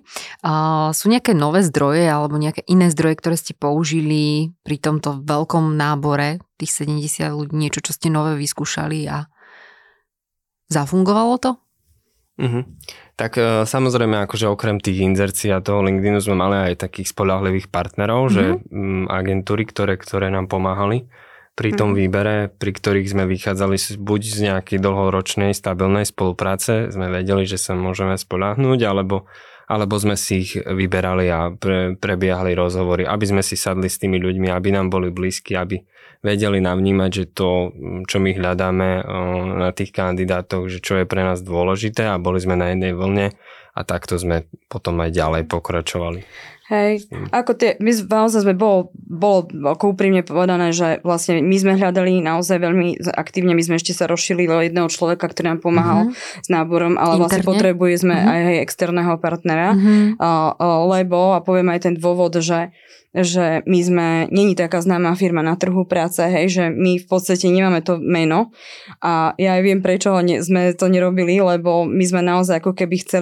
A sú nejaké nové zdroje alebo nejaké iné zdroje, ktoré ste použili pri tomto veľkom nábore, tých sedemdesiat ľudí, niečo, čo ste nové vyskúšali a zafungovalo to? Uh-huh. Tak uh, samozrejme, akože okrem tých inzercií a toho LinkedInu sme mali aj takých spoľahlivých partnerov, uh-huh. že um, agentúry, ktoré, ktoré nám pomáhali pri tom výbere, pri ktorých sme vychádzali buď z nejakej dlhoročnej, stabilnej spolupráce, sme vedeli, že sa môžeme spoľahnúť, alebo, alebo sme si ich vyberali a pre, prebiehali rozhovory, aby sme si sadli s tými ľuďmi, aby nám boli blízki, aby vedeli navnímať, že to, čo my hľadáme na tých kandidátoch, že čo je pre nás dôležité a boli sme na jednej vlne a takto sme potom aj ďalej pokračovali. Hej, ako tie, my naozaj sme bolo, bolo ako úprimne povedané, že vlastne my sme hľadali naozaj veľmi aktívne, my sme ešte sa rozšili do jedného človeka, ktorý nám pomáhal mm-hmm. s náborom, ale Interne? vlastne potrebujeme sme mm-hmm. aj hej, externého partnera, mm-hmm. a, a, lebo, a poviem aj ten dôvod, že že my sme, není taká známa firma na trhu práce, hej, že my v podstate nemáme to meno a ja aj viem, prečo ne, sme to nerobili, lebo my sme naozaj ako keby chceli potom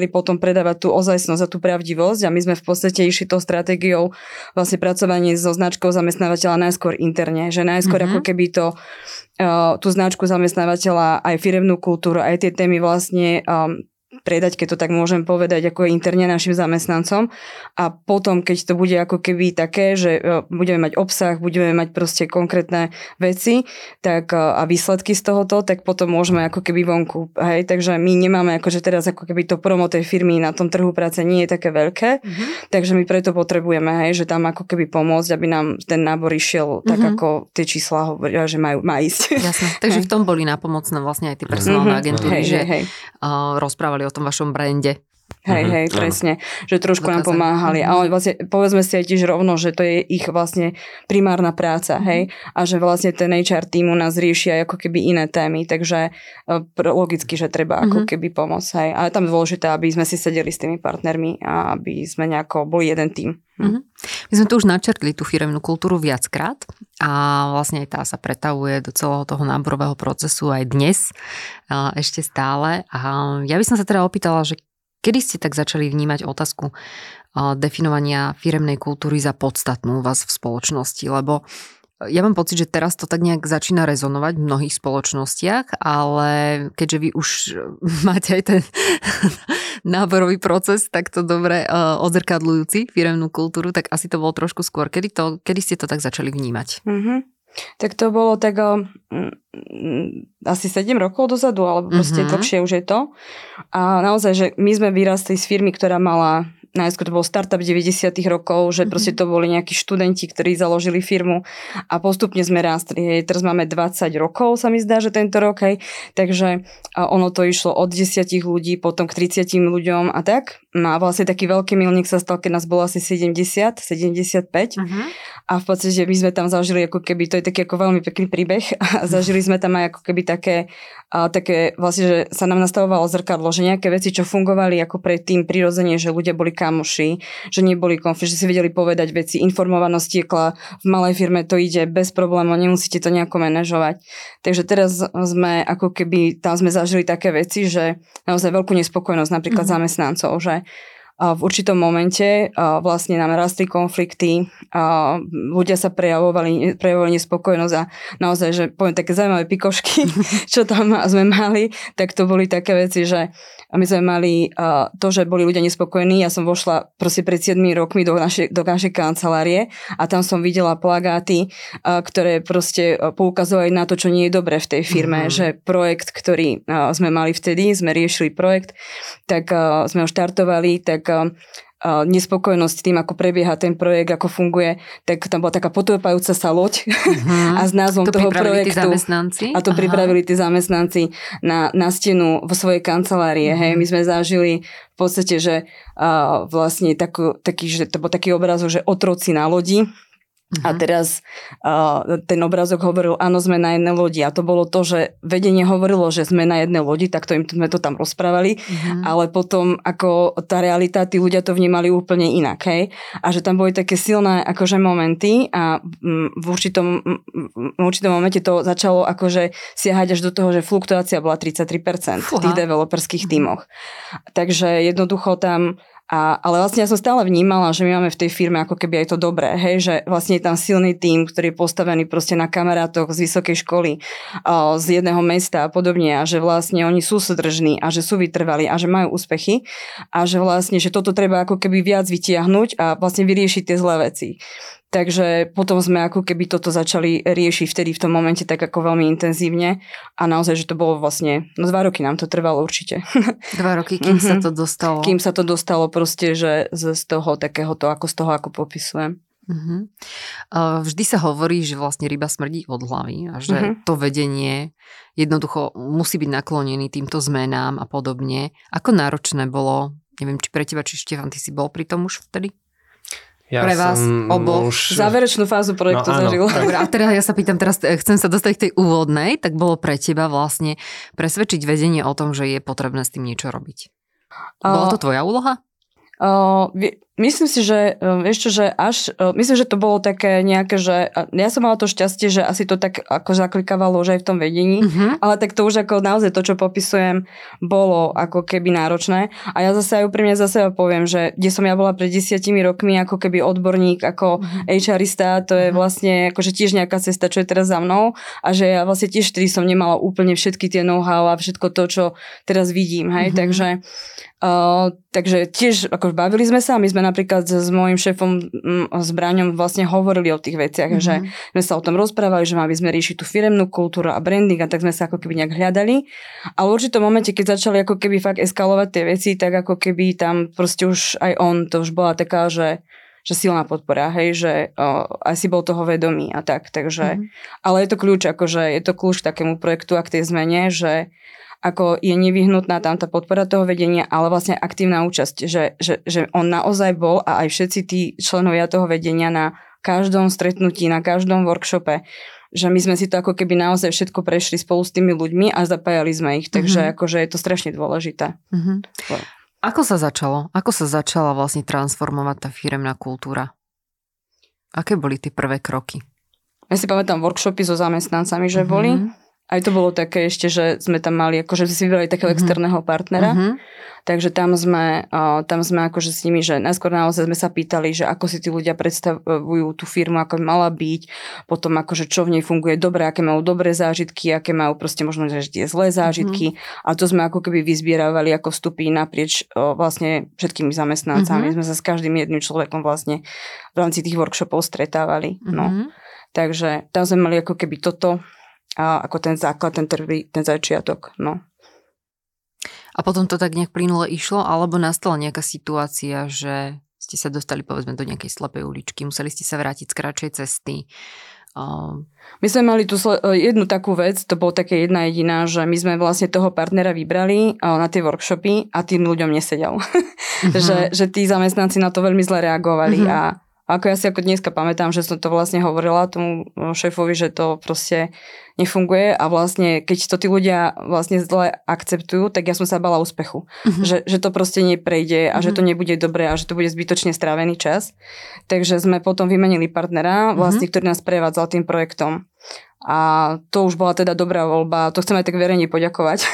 predávať tú ozajstnosť a tú pravdivosť a my sme v podstate išli tou stratégiou vlastne pracovanie so značkou zamestnávateľa najskôr interne, že najskôr mm-hmm. ako keby to uh, tú značku zamestnávateľa aj firemnú kultúru, aj tie témy vlastne um, predať, keď to tak môžem povedať, ako interne našim zamestnancom a potom, keď to bude ako keby také, že budeme mať obsah, budeme mať proste konkrétne veci tak, a výsledky z tohoto, tak potom môžeme ako keby vonku. Hej? Takže my nemáme akože teraz ako keby to promo tej firmy na tom trhu práce nie je také veľké, mm-hmm. takže my preto potrebujeme, hej, že tam ako keby pomôcť, aby nám ten nábor išiel tak, mm-hmm. ako tie čísla hovoria, že majú, má ísť. Jasne. Takže v tom boli napomocné vlastne aj tie personálne mm-hmm. agentúry, hej, že hej, hej. Uh, rozprávali o tom vašom brande. Hej, hej, uh-huh. presne. Že trošku Dokázali. Nám pomáhali. Uh-huh. Ale vlastne povedzme si aj tiež rovno, že to je ich vlastne primárna práca, uh-huh. hej. A že vlastne ten há er tým u nás rieši aj ako keby iné témy. Takže logicky, že treba uh-huh. ako keby pomôcť, hej. Ale tam je dôležité, aby sme si sedeli s tými partnermi a aby sme nejako boli jeden tým. Uh-huh. My sme tu už načrtli tú firemnú kultúru viackrát a vlastne aj tá sa pretavuje do celého toho náborového procesu aj dnes, ešte stále. A ja by som sa teda opýtala, že kedy ste tak začali vnímať otázku definovania firemnej kultúry za podstatnú u vás v spoločnosti? Lebo ja mám pocit, že teraz to tak nejak začína rezonovať v mnohých spoločnostiach, ale keďže vy už máte aj ten náborový proces takto dobre odzrkadľujúci firemnú kultúru, tak asi to bolo trošku skôr. Kedy, to, kedy ste to tak začali vnímať? Mm-hmm. Tak to bolo tak um, asi sedem rokov dozadu, alebo proste mm-hmm. dlhšie už je to. A naozaj, že my sme vyrastli z firmy, ktorá mala, najskôr to bol startup deväťdesiatych rokov, že mm-hmm. proste to boli nejakí študenti, ktorí založili firmu a postupne sme rástli. Hej. Teraz máme dvadsať rokov, sa mi zdá, že tento rok, hej. Takže ono to išlo od desiatich ľudí, potom k tridsiatim ľuďom a tak. No a vlastne taký veľký milník sa stal, keď nás bolo asi sedemdesiat, sedemdesiatpäť. Mm-hmm. A v podstate my sme tam zažili ako keby, to je taký ako veľmi pekný príbeh a zažili sme tam aj ako keby také, a také vlastne, že sa nám nastavovalo zrkadlo, že nejaké veci, čo fungovali ako predtým prirodzene, že ľudia boli kamoši, že neboli konflikt, že si vedeli povedať veci, informovanosť tiekla, v malej firme to ide bez problémov, nemusíte to nejako manažovať. Takže teraz sme ako keby, tam sme zažili také veci, že naozaj veľkú nespokojnosť napríklad mm-hmm. zamestnancov, že v určitom momente vlastne nám rastli konflikty, ľudia sa prejavovali, prejavovali nespokojnosť a naozaj, že poviem také zaujímavé pikošky, čo tam sme mali, tak to boli také veci, že my sme mali to, že boli ľudia nespokojní. Ja som vošla proste pred siedmimi rokmi do našej, do našej kancelárie a tam som videla plagáty, ktoré proste poukazovali na to, čo nie je dobré v tej firme, mm-hmm. že projekt, ktorý sme mali vtedy, sme riešili projekt, tak sme ho štartovali, tak nespokojnosť tým, ako prebieha ten projekt, ako funguje, tak tam bola taká potopajúca sa loď uh-huh. a s názvom to toho projektu. Tí zamestnanci? A to Aha. pripravili tí zamestnanci na, na stenu vo svojej kancelárie. Uh-huh. Hej. My sme zažili v podstate, že uh, vlastne takú, taký, že to bol taký obrazok, že otroci na lodi. Uh-huh. A teraz uh, ten obrázok hovoril, áno, sme na jednej lodi. A to bolo to, že vedenie hovorilo, že sme na jednej lodi, tak to im sme to tam rozprávali. Uh-huh. Ale potom, ako tá realita, tí ľudia to vnímali úplne inak. Hej? A že tam boli také silné akože momenty a v určitom, v určitom momente to začalo akože siahať až do toho, že fluktuácia bola tridsaťtri percent v tých developerských tímoch. Takže jednoducho tam A, ale vlastne ja som stále vnímala, že my máme v tej firme ako keby aj to dobré, hej, že vlastne je tam silný tím, ktorý je postavený proste na kamarátoch z vysokej školy, a, z jedného mesta a podobne a že vlastne oni sú súdržní a že sú vytrvalí a že majú úspechy a že vlastne, že toto treba ako keby viac vytiahnuť a vlastne vyriešiť tie zlé veci. Takže potom sme ako keby toto začali riešiť vtedy v tom momente tak ako veľmi intenzívne a naozaj, že to bolo vlastne, no dva roky nám to trvalo určite. Dva roky, kým mm-hmm. sa to dostalo. Kým sa to dostalo proste, že z toho takéhoto, ako z toho, ako popisujem. Mm-hmm. Vždy sa hovorí, že vlastne ryba smrdí od hlavy a že mm-hmm. to vedenie jednoducho musí byť naklonený týmto zmenám a podobne. Ako náročné bolo, neviem, či pre teba, či Štefan, ty si bol pri tom už vtedy? Ja pre vás oboch. Už... Záverečnú fázu projektu no, zažil. Dobre, a teraz ja sa pýtam, teraz chcem sa dostať k tej úvodnej, tak bolo pre teba vlastne presvedčiť vedenie o tom, že je potrebné s tým niečo robiť. Bola to tvoja úloha? Uh, Myslím si, že vieš čo, že až, myslím, že to bolo také nejaké, že ja som mala to šťastie, že asi to tak ako zaklikávalo už aj v tom vedení, uh-huh. ale tak to už ako naozaj to, čo popisujem, bolo ako keby náročné. A ja zase aj úprimne za seba poviem, že kde som ja bola pred desiatimi rokmi ako keby odborník, ako uh-huh. HRista, to je vlastne akože tiež nejaká cesta, čo je teraz za mnou a že ja vlastne tiež vtedy som nemala úplne všetky tie know-how a všetko to, čo teraz vidím, hej, uh-huh. takže Uh, takže tiež akože bavili sme sa, my sme napríklad s môjim šéfom m, s Braňom vlastne hovorili o tých veciach, mm-hmm. že sme sa o tom rozprávali, že mali sme riešiť tú firemnú kultúru a branding a tak sme sa ako keby nejak hľadali. Ale v určitom momente, keď začali ako keby fakt eskalovať tie veci, tak ako keby tam proste už aj on, to už bola taká, že že silná podpora, hej, že uh, asi bol toho vedomý a tak, takže, mm-hmm. ale je to kľúč, akože je to kľúč k takému projektu a k tej zmene, že ako je nevyhnutná tam tá podpora toho vedenia, ale vlastne aktívna účasť, že, že, že on naozaj bol a aj všetci tí členovia toho vedenia na každom stretnutí, na každom workshope, že my sme si to ako keby naozaj všetko prešli spolu s tými ľuďmi a zapájali sme ich, takže mm-hmm. akože je to strašne dôležité. Mm-hmm. Ako sa začalo? Ako sa začala vlastne transformovať tá firemná kultúra? Aké boli tie prvé kroky? Ja si pamätám workshopy so zamestnancami, že mm-hmm. boli. Aj to bolo také ešte, že sme tam mali, akože si vybrali takého uh-huh. externého partnera. Uh-huh. Takže tam sme, uh, tam sme akože s nimi, že najskôr naozaj sme sa pýtali, že ako si tí ľudia predstavujú tú firmu, ako by mala byť, potom akože čo v nej funguje dobre, aké majú dobré zážitky, aké majú proste možno, že tie zlé zážitky. Uh-huh. A to sme ako keby vyzbieravali ako vstupy naprieč uh, vlastne všetkými zamestnancami. Uh-huh. Sme sa s každým jedným človekom vlastne v rámci tých workshopov stretávali. Uh-huh. No. Takže tam sme mali ako keby toto a ako ten základ, ten, trvý, ten začiatok, no. A potom to tak nejak plynulo išlo, alebo nastala nejaká situácia, že ste sa dostali povedzme do nejakej slepej uličky, museli ste sa vrátiť z kratšej cesty? Um... My sme mali tu jednu takú vec, to bolo také jedna jediná, že my sme vlastne toho partnera vybrali na tie workshopy a tým ľuďom nesedel. Uh-huh. že, že tí zamestnanci na to veľmi zle reagovali uh-huh. a ako ja si ako dneska pamätám, že som to vlastne hovorila tomu šéfovi, že to proste nefunguje a vlastne keď to tí ľudia vlastne zle akceptujú, tak ja som sa bala úspechu. Uh-huh. Že, že to proste neprejde a uh-huh. že to nebude dobré a že to bude zbytočne strávený čas. Takže sme potom vymenili partnera, vlastne, uh-huh. ktorý nás prevádzal tým projektom. A to už bola teda dobrá voľba. To chcem aj tak verejne poďakovať.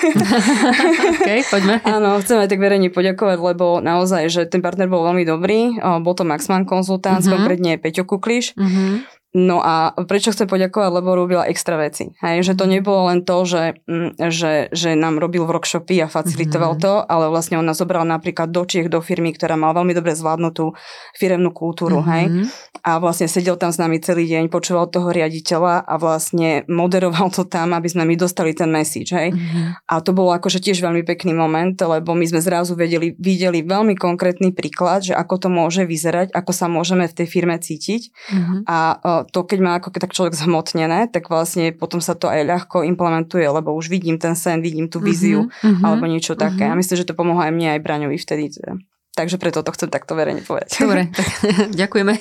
OK, poďme. Áno, chcem aj tak verejne poďakovať, lebo naozaj, že ten partner bol veľmi dobrý. Bol to Maxman konzultant, uh-huh. konkrétne Peťo Kukliš. Uh-huh. No a prečo chcem poďakovať, lebo robila extra veci. Hej, že to nebolo len to, že, že, že nám robil workshopy a facilitoval mm-hmm. to, ale vlastne on nás zobral napríklad do Čiech, do firmy, ktorá mala veľmi dobre zvládnutú firemnú kultúru. Mm-hmm. Hej, a vlastne sedel tam s nami celý deň, počúval toho riaditeľa a vlastne moderoval to tam, aby sme my dostali ten message. Hej. Mm-hmm. A to bolo akože tiež veľmi pekný moment, lebo my sme zrazu vedeli, videli veľmi konkrétny príklad, že ako to môže vyzerať, ako sa môžeme v tej firme cítiť. Mm-hmm. A to, keď má ako tak človek zhmotnené, tak vlastne potom sa to aj ľahko implementuje, lebo už vidím ten sen, vidím tú víziu uh-huh, alebo niečo uh-huh. také. A myslím, že to pomohlo aj mne, aj Braňovi vtedy. Takže preto to chcem takto verejne povedať. Dobre, tak ďakujeme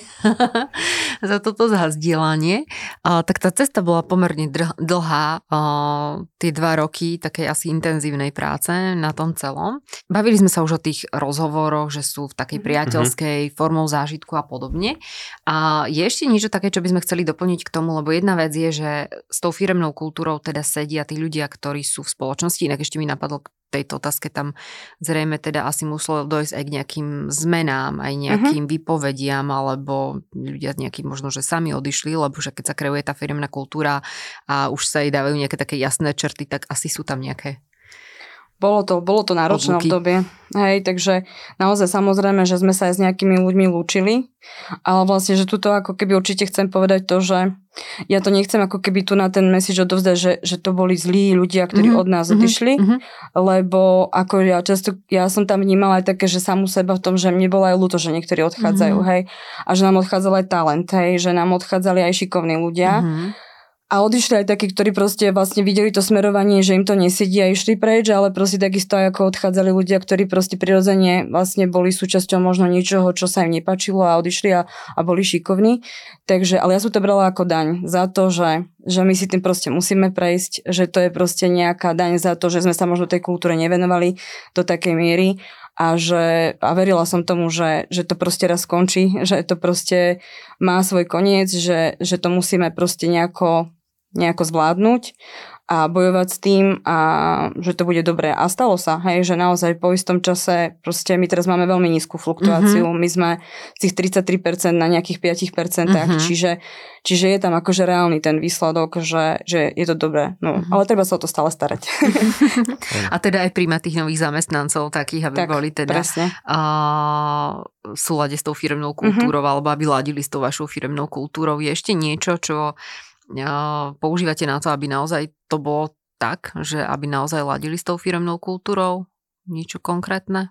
za toto zazdieľanie. Tak tá cesta bola pomerne dlhá, tie dva roky takej asi intenzívnej práce na tom celom. Bavili sme sa už o tých rozhovoroch, že sú v takej priateľskej mm-hmm. formou zážitku a podobne. A je ešte niečo také, čo by sme chceli doplniť k tomu, lebo jedna vec je, že s tou firemnou kultúrou teda sedia tí ľudia, ktorí sú v spoločnosti, inak ešte mi napadlo tejto otázke tam zrejme teda asi muselo dojsť aj k nejakým zmenám, aj nejakým uh-huh. výpovediam, alebo ľudia nejakým možno, že sami odišli, lebo že keď sa kreuje tá firemná kultúra a už sa jej dávajú nejaké také jasné črty, tak asi sú tam nejaké Bolo to, bolo to náročné obdobie. Hej, takže naozaj samozrejme, že sme sa aj s nejakými ľuďmi lúčili, ale vlastne, že tuto ako keby určite chcem povedať to, že ja to nechcem ako keby tu na ten message odovzdať, že, že to boli zlí ľudia, ktorí mm-hmm. od nás odišli, mm-hmm. lebo ako ja často, ja som tam vnímala aj také, že samú seba v tom, že mne bolo aj ľúto, že niektorí odchádzajú, mm-hmm. hej, a že nám odchádzal aj talent, hej, že nám odchádzali aj šikovní ľudia. Mm-hmm. A odišli aj takí, ktorí proste vlastne videli to smerovanie, že im to nesedí a išli preč, ale proste takisto aj ako odchádzali ľudia, ktorí proste prirodzene vlastne boli súčasťou možno niečoho, čo sa im nepáčilo a odišli a, a boli šikovní. Takže, ale ja som to brala ako daň za to, že, že my si tým proste musíme prejsť, že to je proste nejaká daň za to, že sme sa možno tej kultúre nevenovali do takej miery. a, že, a verila som tomu, že, že to proste raz skončí, že to proste má svoj koniec, že, že to musíme proste nejako, nejako zvládnuť a bojovať s tým a že to bude dobré. A stalo sa, hej, že naozaj po istom čase, proste my teraz máme veľmi nízku fluktuáciu, mm-hmm. my sme z tých tridsaťtri percent na nejakých päť percent, mm-hmm. čiže, čiže je tam akože reálny ten výsledok, že, že je to dobré. No, mm-hmm. ale treba sa o to stále starať. A teda aj príjmať tých nových zamestnancov takých, aby tak, boli teda a, v súlade s tou firemnou kultúrou, mm-hmm. alebo aby ladili s tou vašou firemnou kultúrou. Je ešte niečo, čo používate na to, aby naozaj to bolo tak, že aby naozaj ladili s tou firemnou kultúrou? Niečo konkrétne?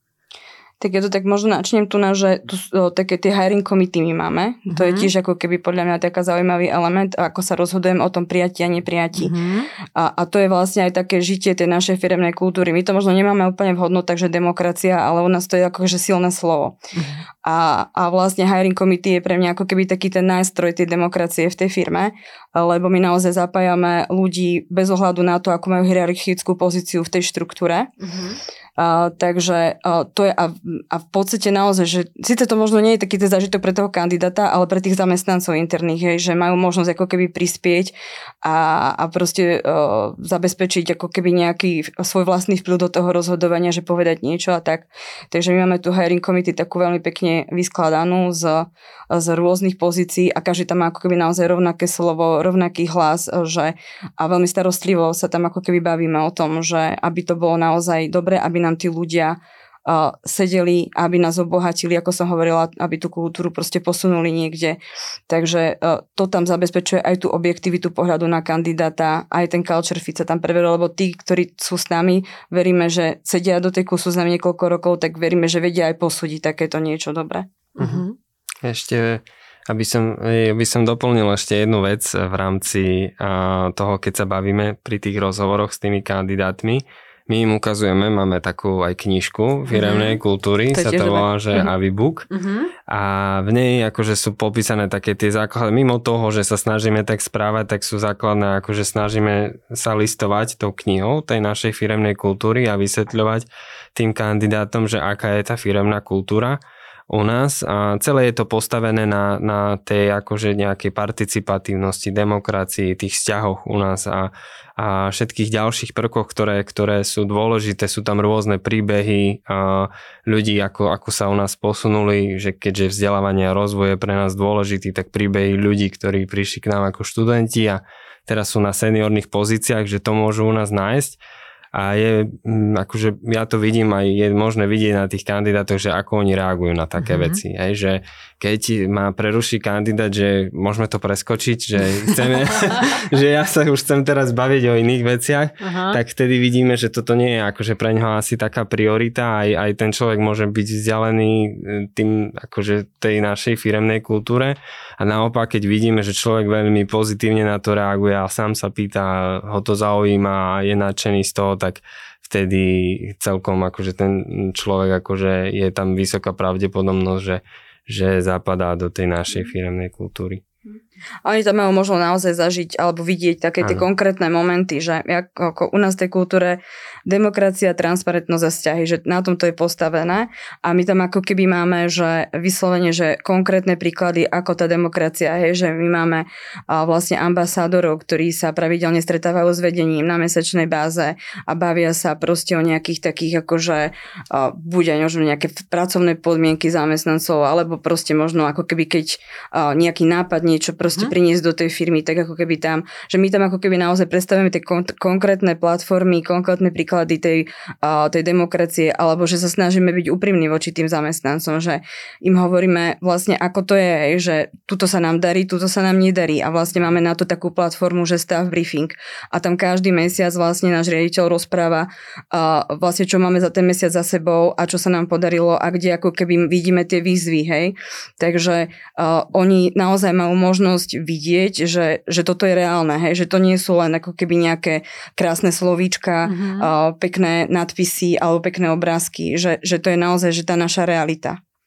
Tak ja to tak možno načnem tu na, že tu o, také tie hiring committee my máme. Mm-hmm. To je tiež ako keby podľa mňa taká zaujímavý element, ako sa rozhodujeme o tom prijatí a neprijatí. Mm-hmm. A, a to je vlastne aj také žitie tej našej firemnej kultúry. My to možno nemáme úplne v hodnotách, že demokracia, ale u nás to je akože silné slovo. Mm-hmm. A, a vlastne hiring committee je pre mňa ako keby taký ten nástroj tej demokracie v tej firme, lebo my naozaj zapájame ľudí bez ohľadu na to, ako majú hierarchickú pozíciu v tej štruktúre. Mm-hmm. Uh, takže uh, to je a, a v podstate naozaj, že síce to možno nie je taký ten zážitok pre toho kandidáta, ale pre tých zamestnancov interných, hej, že majú možnosť ako keby prispieť a, a proste uh, zabezpečiť ako keby nejaký svoj vlastný vplyv do toho rozhodovania, že povedať niečo a tak. Takže my máme tu hiring committee takú veľmi pekne vyskladanú z, z rôznych pozícií a každý tam má ako keby naozaj rovnaké slovo, rovnaký hlas, že a veľmi starostlivo sa tam ako keby bavíme o tom, že aby to bolo naozaj dobre, aby nám tí ľudia uh, sedeli, aby nás obohatili, ako som hovorila, aby tú kultúru proste posunuli niekde. Takže uh, to tam zabezpečuje aj tú objektivitu pohľadu na kandidáta, aj ten culture fit sa tam preveril, lebo tí, ktorí sú s nami, veríme, že sedia do tej kusu s nami niekoľko rokov, tak veríme, že vedia aj posúdiť takéto niečo dobré. Uh-huh. Ešte aby som, aby som doplnil ešte jednu vec v rámci uh, toho, keď sa bavíme pri tých rozhovoroch s tými kandidátmi. My im ukazujeme, máme takú aj knižku firemnej mm-hmm. kultúry, to sa to volá, že mm-hmm. Avibook. Mm-hmm. A v nej akože sú popísané také tie základy. Mimo toho, že sa snažíme tak správať, tak sú základné, akože snažíme sa listovať tou knihou tej našej firemnej kultúry a vysvetľovať tým kandidátom, že aká je tá firemná kultúra u nás a celé je to postavené na, na tej akože nejakej participatívnosti, demokracii, tých vzťahoch u nás a, a všetkých ďalších prvkoch, ktoré, ktoré sú dôležité. Sú tam rôzne príbehy a ľudí, ako, ako sa u nás posunuli, že keďže vzdelávanie a rozvoj je pre nás dôležitý, tak príbehy ľudí, ktorí prišli k nám ako študenti a teraz sú na seniorných pozíciách, že to môžu u nás nájsť. A je, akože ja to vidím aj je možné vidieť na tých kandidátoch, že ako oni reagujú na také mm-hmm. veci. Hej, že keď ma preruší kandidát, že môžeme to preskočiť, že chceme, že ja sa už chcem teraz baviť o iných veciach, uh-huh. tak vtedy vidíme, že toto nie je akože pre ňoho asi taká priorita. Aj, aj ten človek môže byť vzdialený tým akože tej našej firemnej kultúre. A naopak, keď vidíme, že človek veľmi pozitívne na to reaguje a sám sa pýta, ho to zaujíma a je nadšený z toho, tak vtedy celkom akože ten človek akože je tam vysoká pravdepodobnosť, že, že zapadá do tej našej firemnej kultúry. Oni tam majú možno naozaj zažiť alebo vidieť také tie konkrétne momenty, že ako u nás v tej kultúre demokracia, transparentnosť a vzťahy, že na tom to je postavené a my tam ako keby máme, že vyslovene, že konkrétne príklady, ako tá demokracia je, že my máme vlastne ambasádorov, ktorí sa pravidelne stretávajú s vedením na mesačnej báze a bavia sa proste o nejakých takých akože buď aj možno nejaké pracovné podmienky zamestnancov, alebo proste možno ako keby keď nejaký nápad niečo proste priniesť do tej firmy, tak ako keby tam, že my tam ako keby naozaj predstavíme tie kon- konkrétne platformy, konkrétne príklady tej, uh, tej demokracie, alebo že sa snažíme byť úprimní voči tým zamestnancom, že im hovoríme vlastne ako to je, že tuto sa nám darí, tuto sa nám nedarí a vlastne máme na to takú platformu, že staff briefing a tam každý mesiac vlastne náš riaditeľ rozpráva uh, vlastne čo máme za ten mesiac za sebou a čo sa nám podarilo a kde ako keby vidíme tie výzvy, hej. Takže uh, oni naozaj majú možnosť vidieť, že, že toto je reálne, hej? Že to nie sú len ako keby nejaké krásne slovíčka, mm-hmm. uh, pekné nadpisy alebo pekné obrázky, že, že to je naozaj že tá naša realita.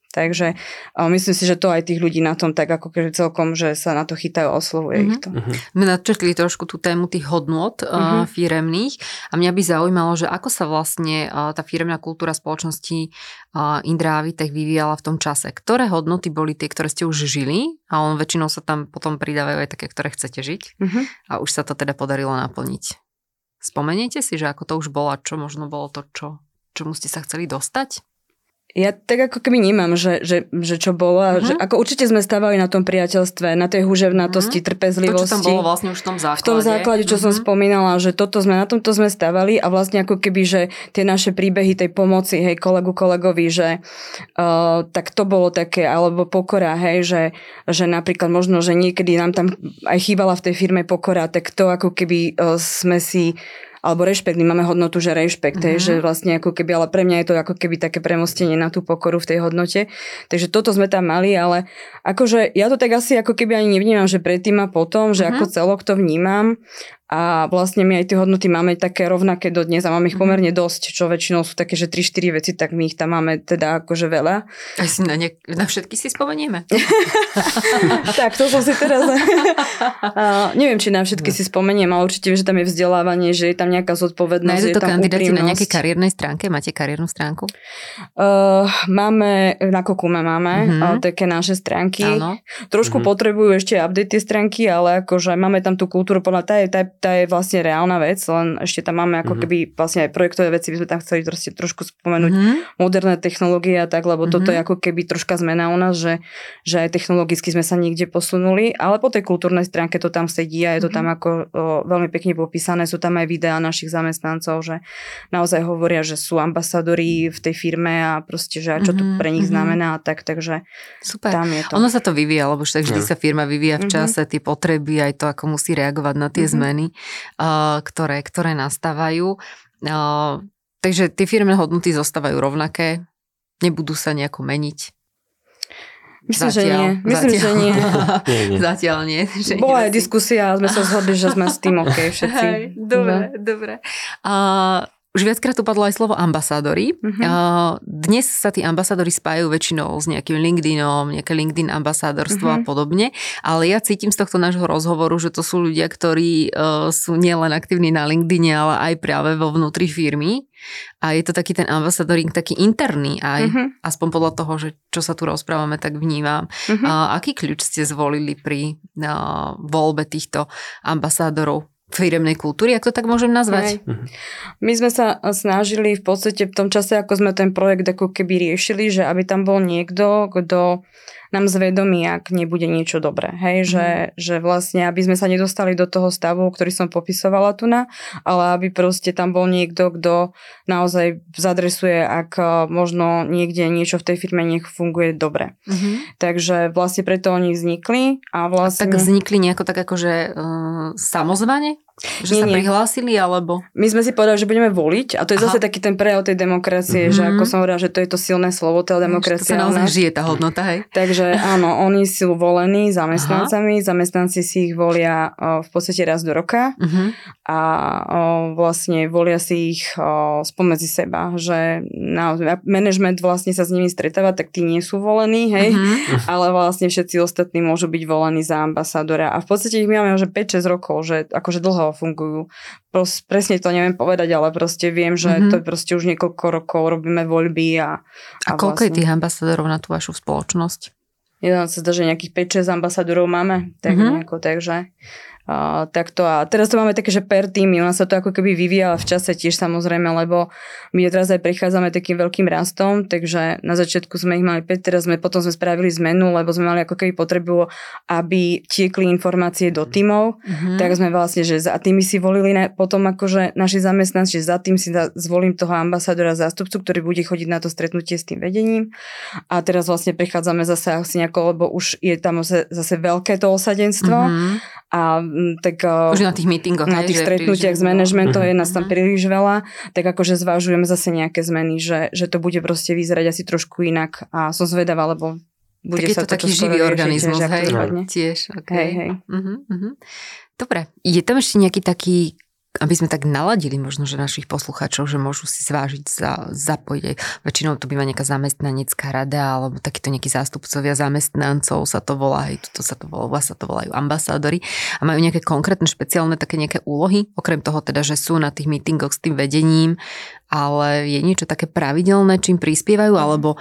Takže uh, myslím si, že to aj tých ľudí na tom tak ako keby celkom, že sa na to chytajú, oslovuje mm-hmm. ich to. My načrtli trošku tú tému tých hodnôt mm-hmm. uh, firemných a mňa by zaujímalo, že ako sa vlastne uh, tá firemná kultúra spoločnosti uh, Indra Avitek vyvíjala v tom čase. Ktoré hodnoty boli tie, ktoré ste už žili a on väčšinou sa tam potom pridávajú aj také, ktoré chcete žiť mm-hmm. a už sa to teda podarilo naplniť. Spomeniete si, že ako to už bolo a čo možno bolo to, čo, čomu ste sa chceli dostať? Ja tak ako keby nemám, že, že, že čo bolo. Uh-huh. Že ako určite sme stávali na tom priateľstve, na tej huževnatosti, uh-huh. trpezlivosti. To, čo tam bolo vlastne už v tom základe. V tom základe, čo uh-huh. som spomínala, že toto sme, na tomto sme stávali a vlastne ako keby, že tie naše príbehy tej pomoci, hej, kolegu, kolegovi, že uh, tak to bolo také, alebo pokora, hej, že, že napríklad možno, že niekedy nám tam aj chýbala v tej firme pokora, tak to ako keby uh, sme si alebo rešpekt, my máme hodnotu, že rešpekt, mm-hmm. že vlastne ako keby, ale pre mňa je to ako keby také premostenie na tú pokoru v tej hodnote. Takže toto sme tam mali, ale akože ja to tak asi ako keby ani nevnímam, že predtým a potom, že mm-hmm. ako celok to vnímam. A vlastne my aj tie hodnoty máme také rovnaké dodnes a máme ich pomerne dosť, čo väčšinou sú také, že tri štyri veci, tak my ich tam máme teda akože veľa. A si na, ne- na všetky si spomenieme. Tak, to som si teraz... uh, neviem, či na všetky si spomeniem, ale určite, že tam je vzdelávanie, že je tam nejaká zodpovednosť, je tam kandidáti úprimnosť. Na nejakej kariérnej stránke? Máte kariérnu stránku? Uh, máme, na Kokume máme mm-hmm. uh, také naše stránky. Áno. Trošku mm-hmm. potrebujú ešte update tie stránky, ale akože máme tam tú kultúru, podľa tá je, tá je tá je vlastne reálna vec, len ešte tam máme ako keby vlastne aj projektové veci, by sme tam chceli trošku, trošku spomenúť mm-hmm. moderné technológie a tak, lebo mm-hmm. toto je ako keby troška zmena u nás, že, že aj technologicky sme sa niekde posunuli, ale po tej kultúrnej stránke to tam sedí a je to mm-hmm. tam ako o, veľmi pekne popísané, sú tam aj videá našich zamestnancov, že naozaj hovoria, že sú ambasadori v tej firme a proste, že čo to pre nich znamená a tak, takže super. Tam je to. Ono sa to vyvíja, lebo už tak vždy sa firma vyvíja v čase, tie potreby, aj to, ako musí reagovať na tie mm-hmm. zmeny. Uh, ktoré, ktoré nastávajú. Uh, takže tie firmné hodnoty zostávajú rovnaké, nebudú sa nejako meniť. Myslím, zatiaľ, že nie. Myslím, zatiaľ. že nie. nie, nie. Zatiaľ nie. Že bola aj diskusia a sme sa zhodli, že sme s tým OK všetci. Hej, dobre, no. dobre. Uh, Už viackrát tu padlo aj slovo ambasádori. Uh-huh. Dnes sa tí ambasádori spájajú väčšinou s nejakým LinkedInom, nejaké LinkedIn ambasádorstvo uh-huh. a podobne, ale ja cítim z tohto nášho rozhovoru, že to sú ľudia, ktorí uh, sú nielen aktívni na LinkedIne, ale aj práve vo vnútri firmy. A je to taký ten ambasadoring, taký interný aj, uh-huh. aspoň podľa toho, že čo sa tu rozprávame, tak vnímam. Uh-huh. Uh, aký kľúč ste zvolili pri uh, voľbe týchto ambasádorov firemnej kultúry, ak to tak môžem nazvať? Aj. My sme sa snažili v podstate v tom čase, ako sme ten projekt ako keby riešili, že aby tam bol niekto, kto nám zvedomí, ak nebude niečo dobré. Hej, mm. že, že vlastne, aby sme sa nedostali do toho stavu, ktorý som popisovala tu na, ale aby proste tam bol niekto, kto naozaj zadresuje, ak možno niekde niečo v tej firme nech funguje dobre. Mm-hmm. Takže vlastne preto oni vznikli. A vlastne... A tak vznikli nejako tak akože uh, samozvane? Že nie, sa nie. prihlásili, alebo? My sme si povedali, že budeme voliť a to je Aha. zase taký ten prejav tej demokracie, mm-hmm. že ako som hovorila, že to je to silné slovo, tá demokracia. To sa naozaj žije tá hodnota, hej? Takže áno, oni sú volení zamestnancami, Aha. zamestnanci si ich volia o, v podstate raz do roka mm-hmm. a o, vlastne volia si ich o, spomedzi seba, že na, management vlastne sa s nimi stretáva, tak tí nie sú volení, hej, mm-hmm. ale vlastne všetci ostatní môžu byť volení za ambasádora a v podstate ich máme že päť šesť rokov, že akože dlho fungujú. Pros, presne to neviem povedať, ale proste viem, že mm-hmm. to je proste už niekoľko rokov robíme voľby. A, a, a koľko vlastne... je tých ambasádorov na tú vašu spoločnosť? Ja sa zdá, že nejakých päť šesť ambasádorov máme, tak mm-hmm. nejako, takže Uh, takto a teraz to máme také, že per týmy, u nás sa to ako keby vyvíjala v čase tiež samozrejme, lebo my teraz aj prechádzame takým veľkým rastom, takže na začiatku sme ich mali päť, teraz sme potom sme spravili zmenu, lebo sme mali ako keby potrebu, aby tiekli informácie do tímov, mm-hmm. tak sme vlastne, že za tými si volili na, potom akože naši zamestnanci, že za tým si da, zvolím toho ambasádora zástupcu, ktorý bude chodiť na to stretnutie s tým vedením a teraz vlastne prechádzame zase asi nejako, lebo už je tam zase, zase veľké to osadenstvo mm-hmm. a tak už na tých meetingoch, na tých stretnutiach s manažmentom je nás tam príliš veľa, tak akože zvažujeme zase nejaké zmeny, že, že to bude proste vyzerať asi trošku inak a som zvedavá, lebo bude tak sa je to taký živý organizmus, hej, hej? tiež, okay. Hej, hej. Uh-huh, uh-huh. Dobre, je tam ešte nejaký taký aby sme tak naladili možno, že našich poslucháčov, že môžu si zvážiť za, zapojiť aj, väčšinou to býva nejaká zamestnanecká rada, alebo takíto nejakí zástupcovia zamestnancov sa to volá, aj tuto sa to volá, u vás sa to volajú ambasádori a majú nejaké konkrétne, špeciálne také nejaké úlohy, okrem toho teda, že sú na tých meetingoch s tým vedením, ale je niečo také pravidelné, čím prispievajú, alebo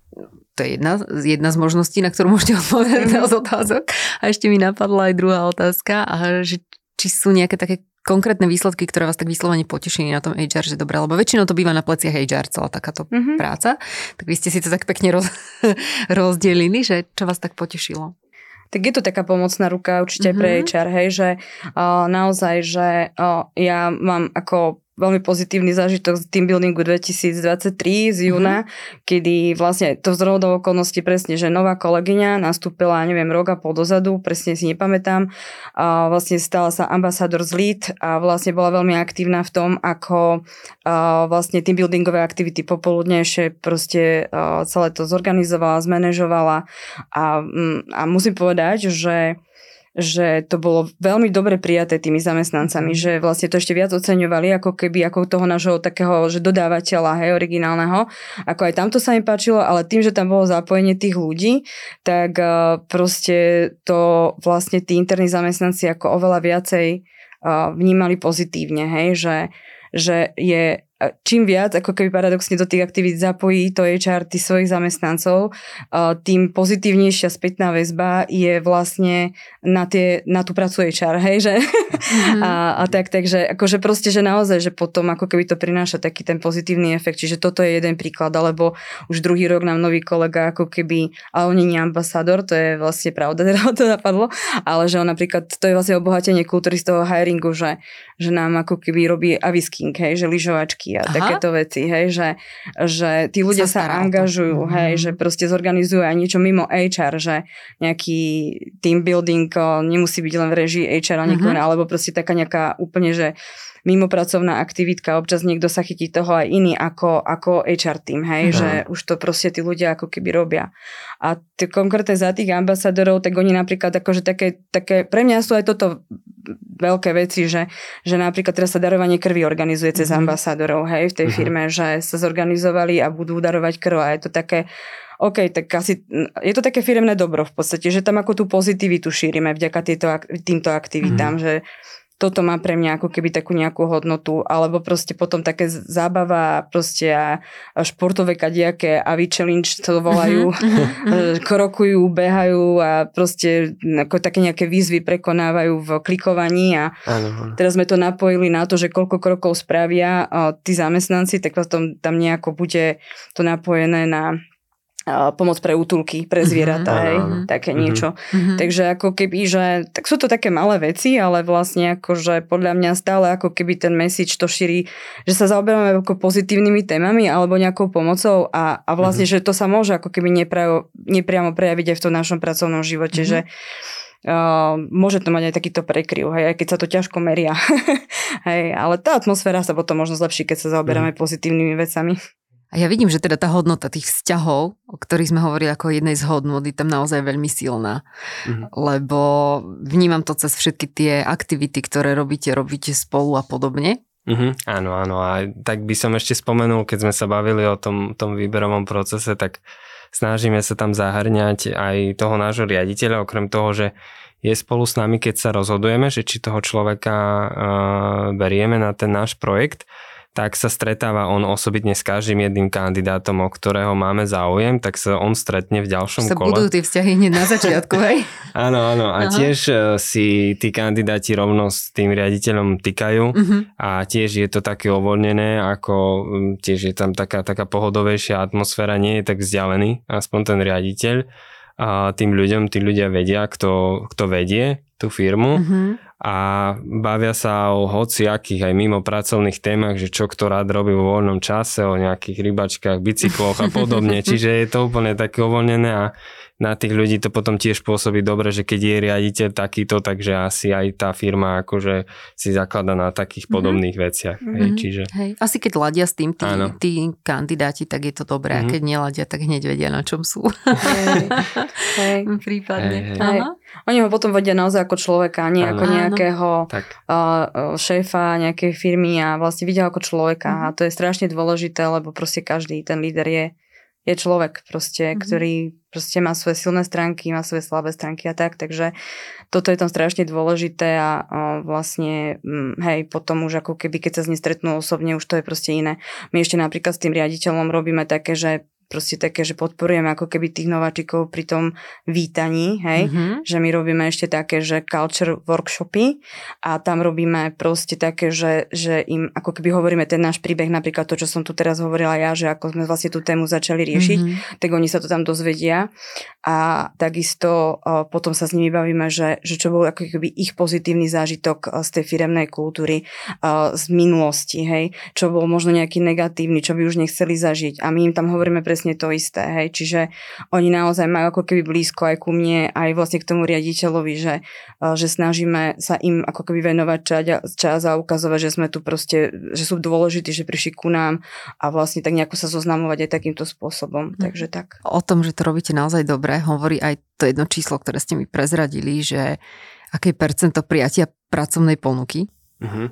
to je jedna, jedna z možností, na ktorú môžete odpovedať mm-hmm. z otázok. A ešte mi napadla aj druhá otázka, a že či sú nejaké také konkrétne výsledky, ktoré vás tak vyslovene potešili na tom há er, že dobré, lebo väčšinou to býva na pleciach há er, celá takáto mm-hmm. práca. Tak vy ste si to tak pekne roz, rozdelili, že čo vás tak potešilo? Tak je to taká pomocná ruka určite mm-hmm. pre há er, hej, že uh, naozaj, že uh, ja mám ako veľmi pozitívny zážitok z team buildingu dvetisícdvadsaťtri z júna, mm-hmm. kedy vlastne to z rodov okolností presne, že nová kolegyňa nastúpila, neviem, rok a pol dozadu, presne si nepamätám, a vlastne stala sa ambassador z Lead a vlastne bola veľmi aktívna v tom, ako a vlastne team buildingové aktivity popoludnejšie proste a celé to zorganizovala, zmanéžovala a, a musím povedať, že že to bolo veľmi dobre prijaté tými zamestnancami, že vlastne to ešte viac oceňovali, ako keby ako toho nášho takého, že dodávateľa, hej, originálneho. Ako aj tamto sa mi páčilo, ale tým, že tam bolo zapojenie tých ľudí, tak uh, proste to vlastne tí interní zamestnanci ako oveľa viacej uh, vnímali pozitívne, hej, že, že je čím viac, ako keby paradoxne do tých aktivít zapojí to há er tých svojich zamestnancov, tým pozitívnejšia spätná väzba je vlastne na, tie, na tú prácu há er, hej, že? Mm-hmm. A, a tak, takže akože proste, že naozaj, že potom ako keby to prináša taký ten pozitívny efekt, čiže toto je jeden príklad, alebo už druhý rok nám nový kolega ako keby, ale on nie je ambasádor, to je vlastne pravda, teda to napadlo, ale že on napríklad, to je vlastne obohatenie kultúry z toho hiringu, že, že nám ako keby robí avisking, hej, že lyžovačky a Aha. takéto veci, hej, že, že tí ľudia sa, sa angažujú, mm-hmm. hej, že proste zorganizujú aj niečo mimo há er, že nejaký team building nemusí byť len v režii há er, mm-hmm. alebo proste taká nejaká úplne, že mimopracovná aktivitka, občas niekto sa chytí toho aj iný ako, ako há er tým, hej, mm-hmm. že už to proste tí ľudia ako keby robia. A t- konkrétne za tých ambasadorov, tak oni napríklad akože také, také, pre mňa sú aj toto veľké veci, že, že napríklad teraz sa darovanie krvi organizuje cez mm-hmm. ambasadorov, hej, v tej mm-hmm. firme, že sa zorganizovali a budú darovať krv a je to také OK, tak asi je to také firemné dobro v podstate, že tam ako tú pozitivitu šírime vďaka týmto, týmto aktivitám, mm-hmm. že toto má pre mňa ako keby takú nejakú hodnotu, alebo proste potom také zábava proste a, a športové kadiaké avi challenge to volajú, mm-hmm. krokujú, behajú a proste ako také nejaké výzvy prekonávajú v klikovaní a ano. Teraz sme to napojili na to, že koľko krokov spravia tí zamestnanci, tak potom tam nejako bude to napojené na pomoc pre útulky, pre zvieratá, mm-hmm. hej, mm-hmm. také niečo. Mm-hmm. Takže ako keby, že tak sú to také malé veci, ale vlastne akože podľa mňa stále ako keby ten message to šíri, že sa zaoberáme ako pozitívnymi témami alebo nejakou pomocou a, a vlastne, mm-hmm. že to sa môže ako keby neprajo, nepriamo prejaviť aj v tom našom pracovnom živote, mm-hmm. že Uh, môže to mať aj takýto prekryv, hej, aj keď sa to ťažko meria. Hej, ale tá atmosféra sa potom možno zlepší, keď sa zaoberáme mm-hmm. pozitívnymi vecami. A ja vidím, že teda tá hodnota tých vzťahov, o ktorých sme hovorili ako jednej z hodnôt, je tam naozaj veľmi silná. Mm-hmm. Lebo vnímam to cez všetky tie aktivity, ktoré robíte, robíte spolu a podobne. Mm-hmm. Áno, áno. A tak by som ešte spomenul, keď sme sa bavili o tom, tom výberovom procese, tak snažíme sa tam zahrňať aj toho nášho riaditeľa, okrem toho, že je spolu s nami, keď sa rozhodujeme, že či toho človeka uh, berieme na ten náš projekt, tak sa stretáva on osobitne s každým jedným kandidátom, o ktorého máme záujem, tak sa on stretne v ďalšom sa kole. Sa budujú tie vzťahy hneď na začiatku, hej? Áno, áno. A Aha. tiež si tí kandidáti rovno s tým riaditeľom týkajú uh-huh. a tiež je to také uvoľnené, ako tiež je tam taká, taká pohodovejšia atmosféra, nie je tak vzdialený, aspoň ten riaditeľ. A tým ľuďom, tí ľudia vedia, kto, kto vedie tú firmu uh-huh. a bavia sa o hociakých aj mimo pracovných témach, že čo kto rád robí vo voľnom čase, o nejakých rybačkách, bicykloch a podobne. Čiže je to úplne také uvoľnené a na tých ľudí to potom tiež pôsobí dobre, že keď je riaditeľ takýto, takže asi aj tá firma akože si zaklada na takých mm-hmm. podobných veciach. Mm-hmm. Hej, čiže... Hej. Asi keď ladia s tým tí, tí kandidáti, tak je to dobré. Mm-hmm. A keď neladia, tak hneď vedia, na čom sú. Hej. Hej. Prípadne. Hej, hej. Oni ho potom vedia naozaj ako človeka, nie ano. Ako nejakého uh, šéfa nejakej firmy a vlastne vidia ako človeka. Mm-hmm. A to je strašne dôležité, lebo proste každý ten líder je je človek proste, mm-hmm. ktorý proste má svoje silné stránky, má svoje slabé stránky a tak, takže toto je tam strašne dôležité a, a vlastne hej, potom už ako keby, keď sa z nej stretnú osobne, už to je proste iné. My ešte napríklad s tým riaditeľom robíme také, že proste také, že podporujeme ako keby tých nováčikov pri tom vítaní, hej, mm-hmm. že my robíme ešte také, že culture workshopy a tam robíme proste také, že, že im ako keby hovoríme ten náš príbeh, napríklad to, čo som tu teraz hovorila ja, že ako sme vlastne tú tému začali riešiť, mm-hmm. tak oni sa to tam dozvedia a takisto uh, potom sa s nimi bavíme, že, že čo bol ako keby ich pozitívny zážitok uh, z tej firemnej kultúry uh, z minulosti, hej, čo bol možno nejaký negatívny, čo by už nechceli zažiť a my im tam hovoríme presne to isté, hej, čiže oni naozaj majú ako keby blízko aj ku mne, aj vlastne k tomu riaditeľovi, že, že snažíme sa im ako keby venovať čas a ukazovať, že sme tu proste, že sú dôležití, že prišli ku nám a vlastne tak nejako sa zoznamovať aj takýmto spôsobom, mm. takže tak. O tom, že to robíte naozaj dobre, hovorí aj to jedno číslo, ktoré ste mi prezradili, že aké percento prijatia pracovnej ponuky? Mhm.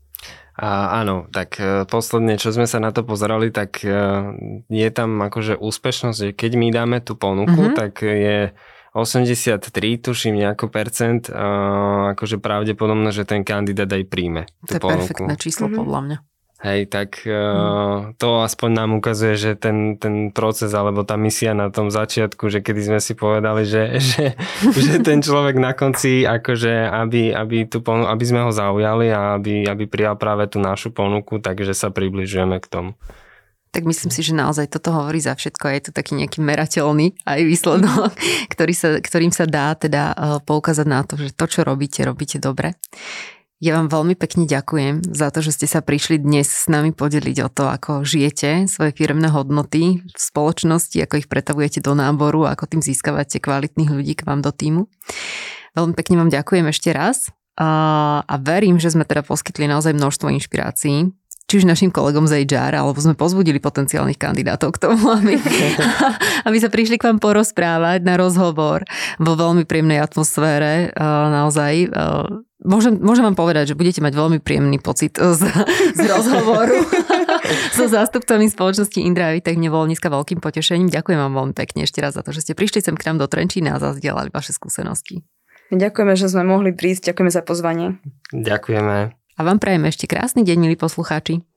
A áno, tak posledne, čo sme sa na to pozerali, tak je tam akože úspešnosť, že keď my dáme tú ponuku, mm-hmm. tak je osemdesiattri, tuším, nejako percent, akože pravdepodobné, že ten kandidát aj príjme tú ponuku. To je perfektné číslo mm-hmm. podľa mňa. Hej, tak uh, to aspoň nám ukazuje, že ten, ten proces alebo tá misia na tom začiatku, že kedy sme si povedali, že, že, že ten človek na konci, akože aby, aby, tú ponu- aby sme ho zaujali a aby, aby prijal práve tú našu ponuku, takže sa približujeme k tomu. Tak myslím si, že naozaj toto hovorí za všetko a je to taký nejaký merateľný aj výsledok, ktorý sa, ktorým sa dá teda poukázať na to, že to, čo robíte, robíte dobre. Ja vám veľmi pekne ďakujem za to, že ste sa prišli dnes s nami podeliť o to, ako žijete svoje firemné hodnoty v spoločnosti, ako ich pretavujete do náboru, ako tým získavate kvalitných ľudí k vám do tímu. Veľmi pekne vám ďakujem ešte raz a, a verím, že sme teda poskytli naozaj množstvo inšpirácií, či už našim kolegom z há er, alebo sme pozbudili potenciálnych kandidátov k tomu, aby, aby sa prišli k vám porozprávať na rozhovor vo veľmi príjemnej atmosfére. Naozaj, môžem, môžem vám povedať, že budete mať veľmi príjemný pocit z, z rozhovoru so zástupcami spoločnosti Indra Avitek. Mne bolo dneska veľkým potešením. Ďakujem vám veľmi pekne ešte raz za to, že ste prišli sem k nám do Trenčína a zazdieľali vaše skúsenosti. Ďakujeme, že sme mohli prísť. Ďakujeme za pozvanie. Ďakujeme. A vám prajeme ešte krásny deň, milí poslucháči.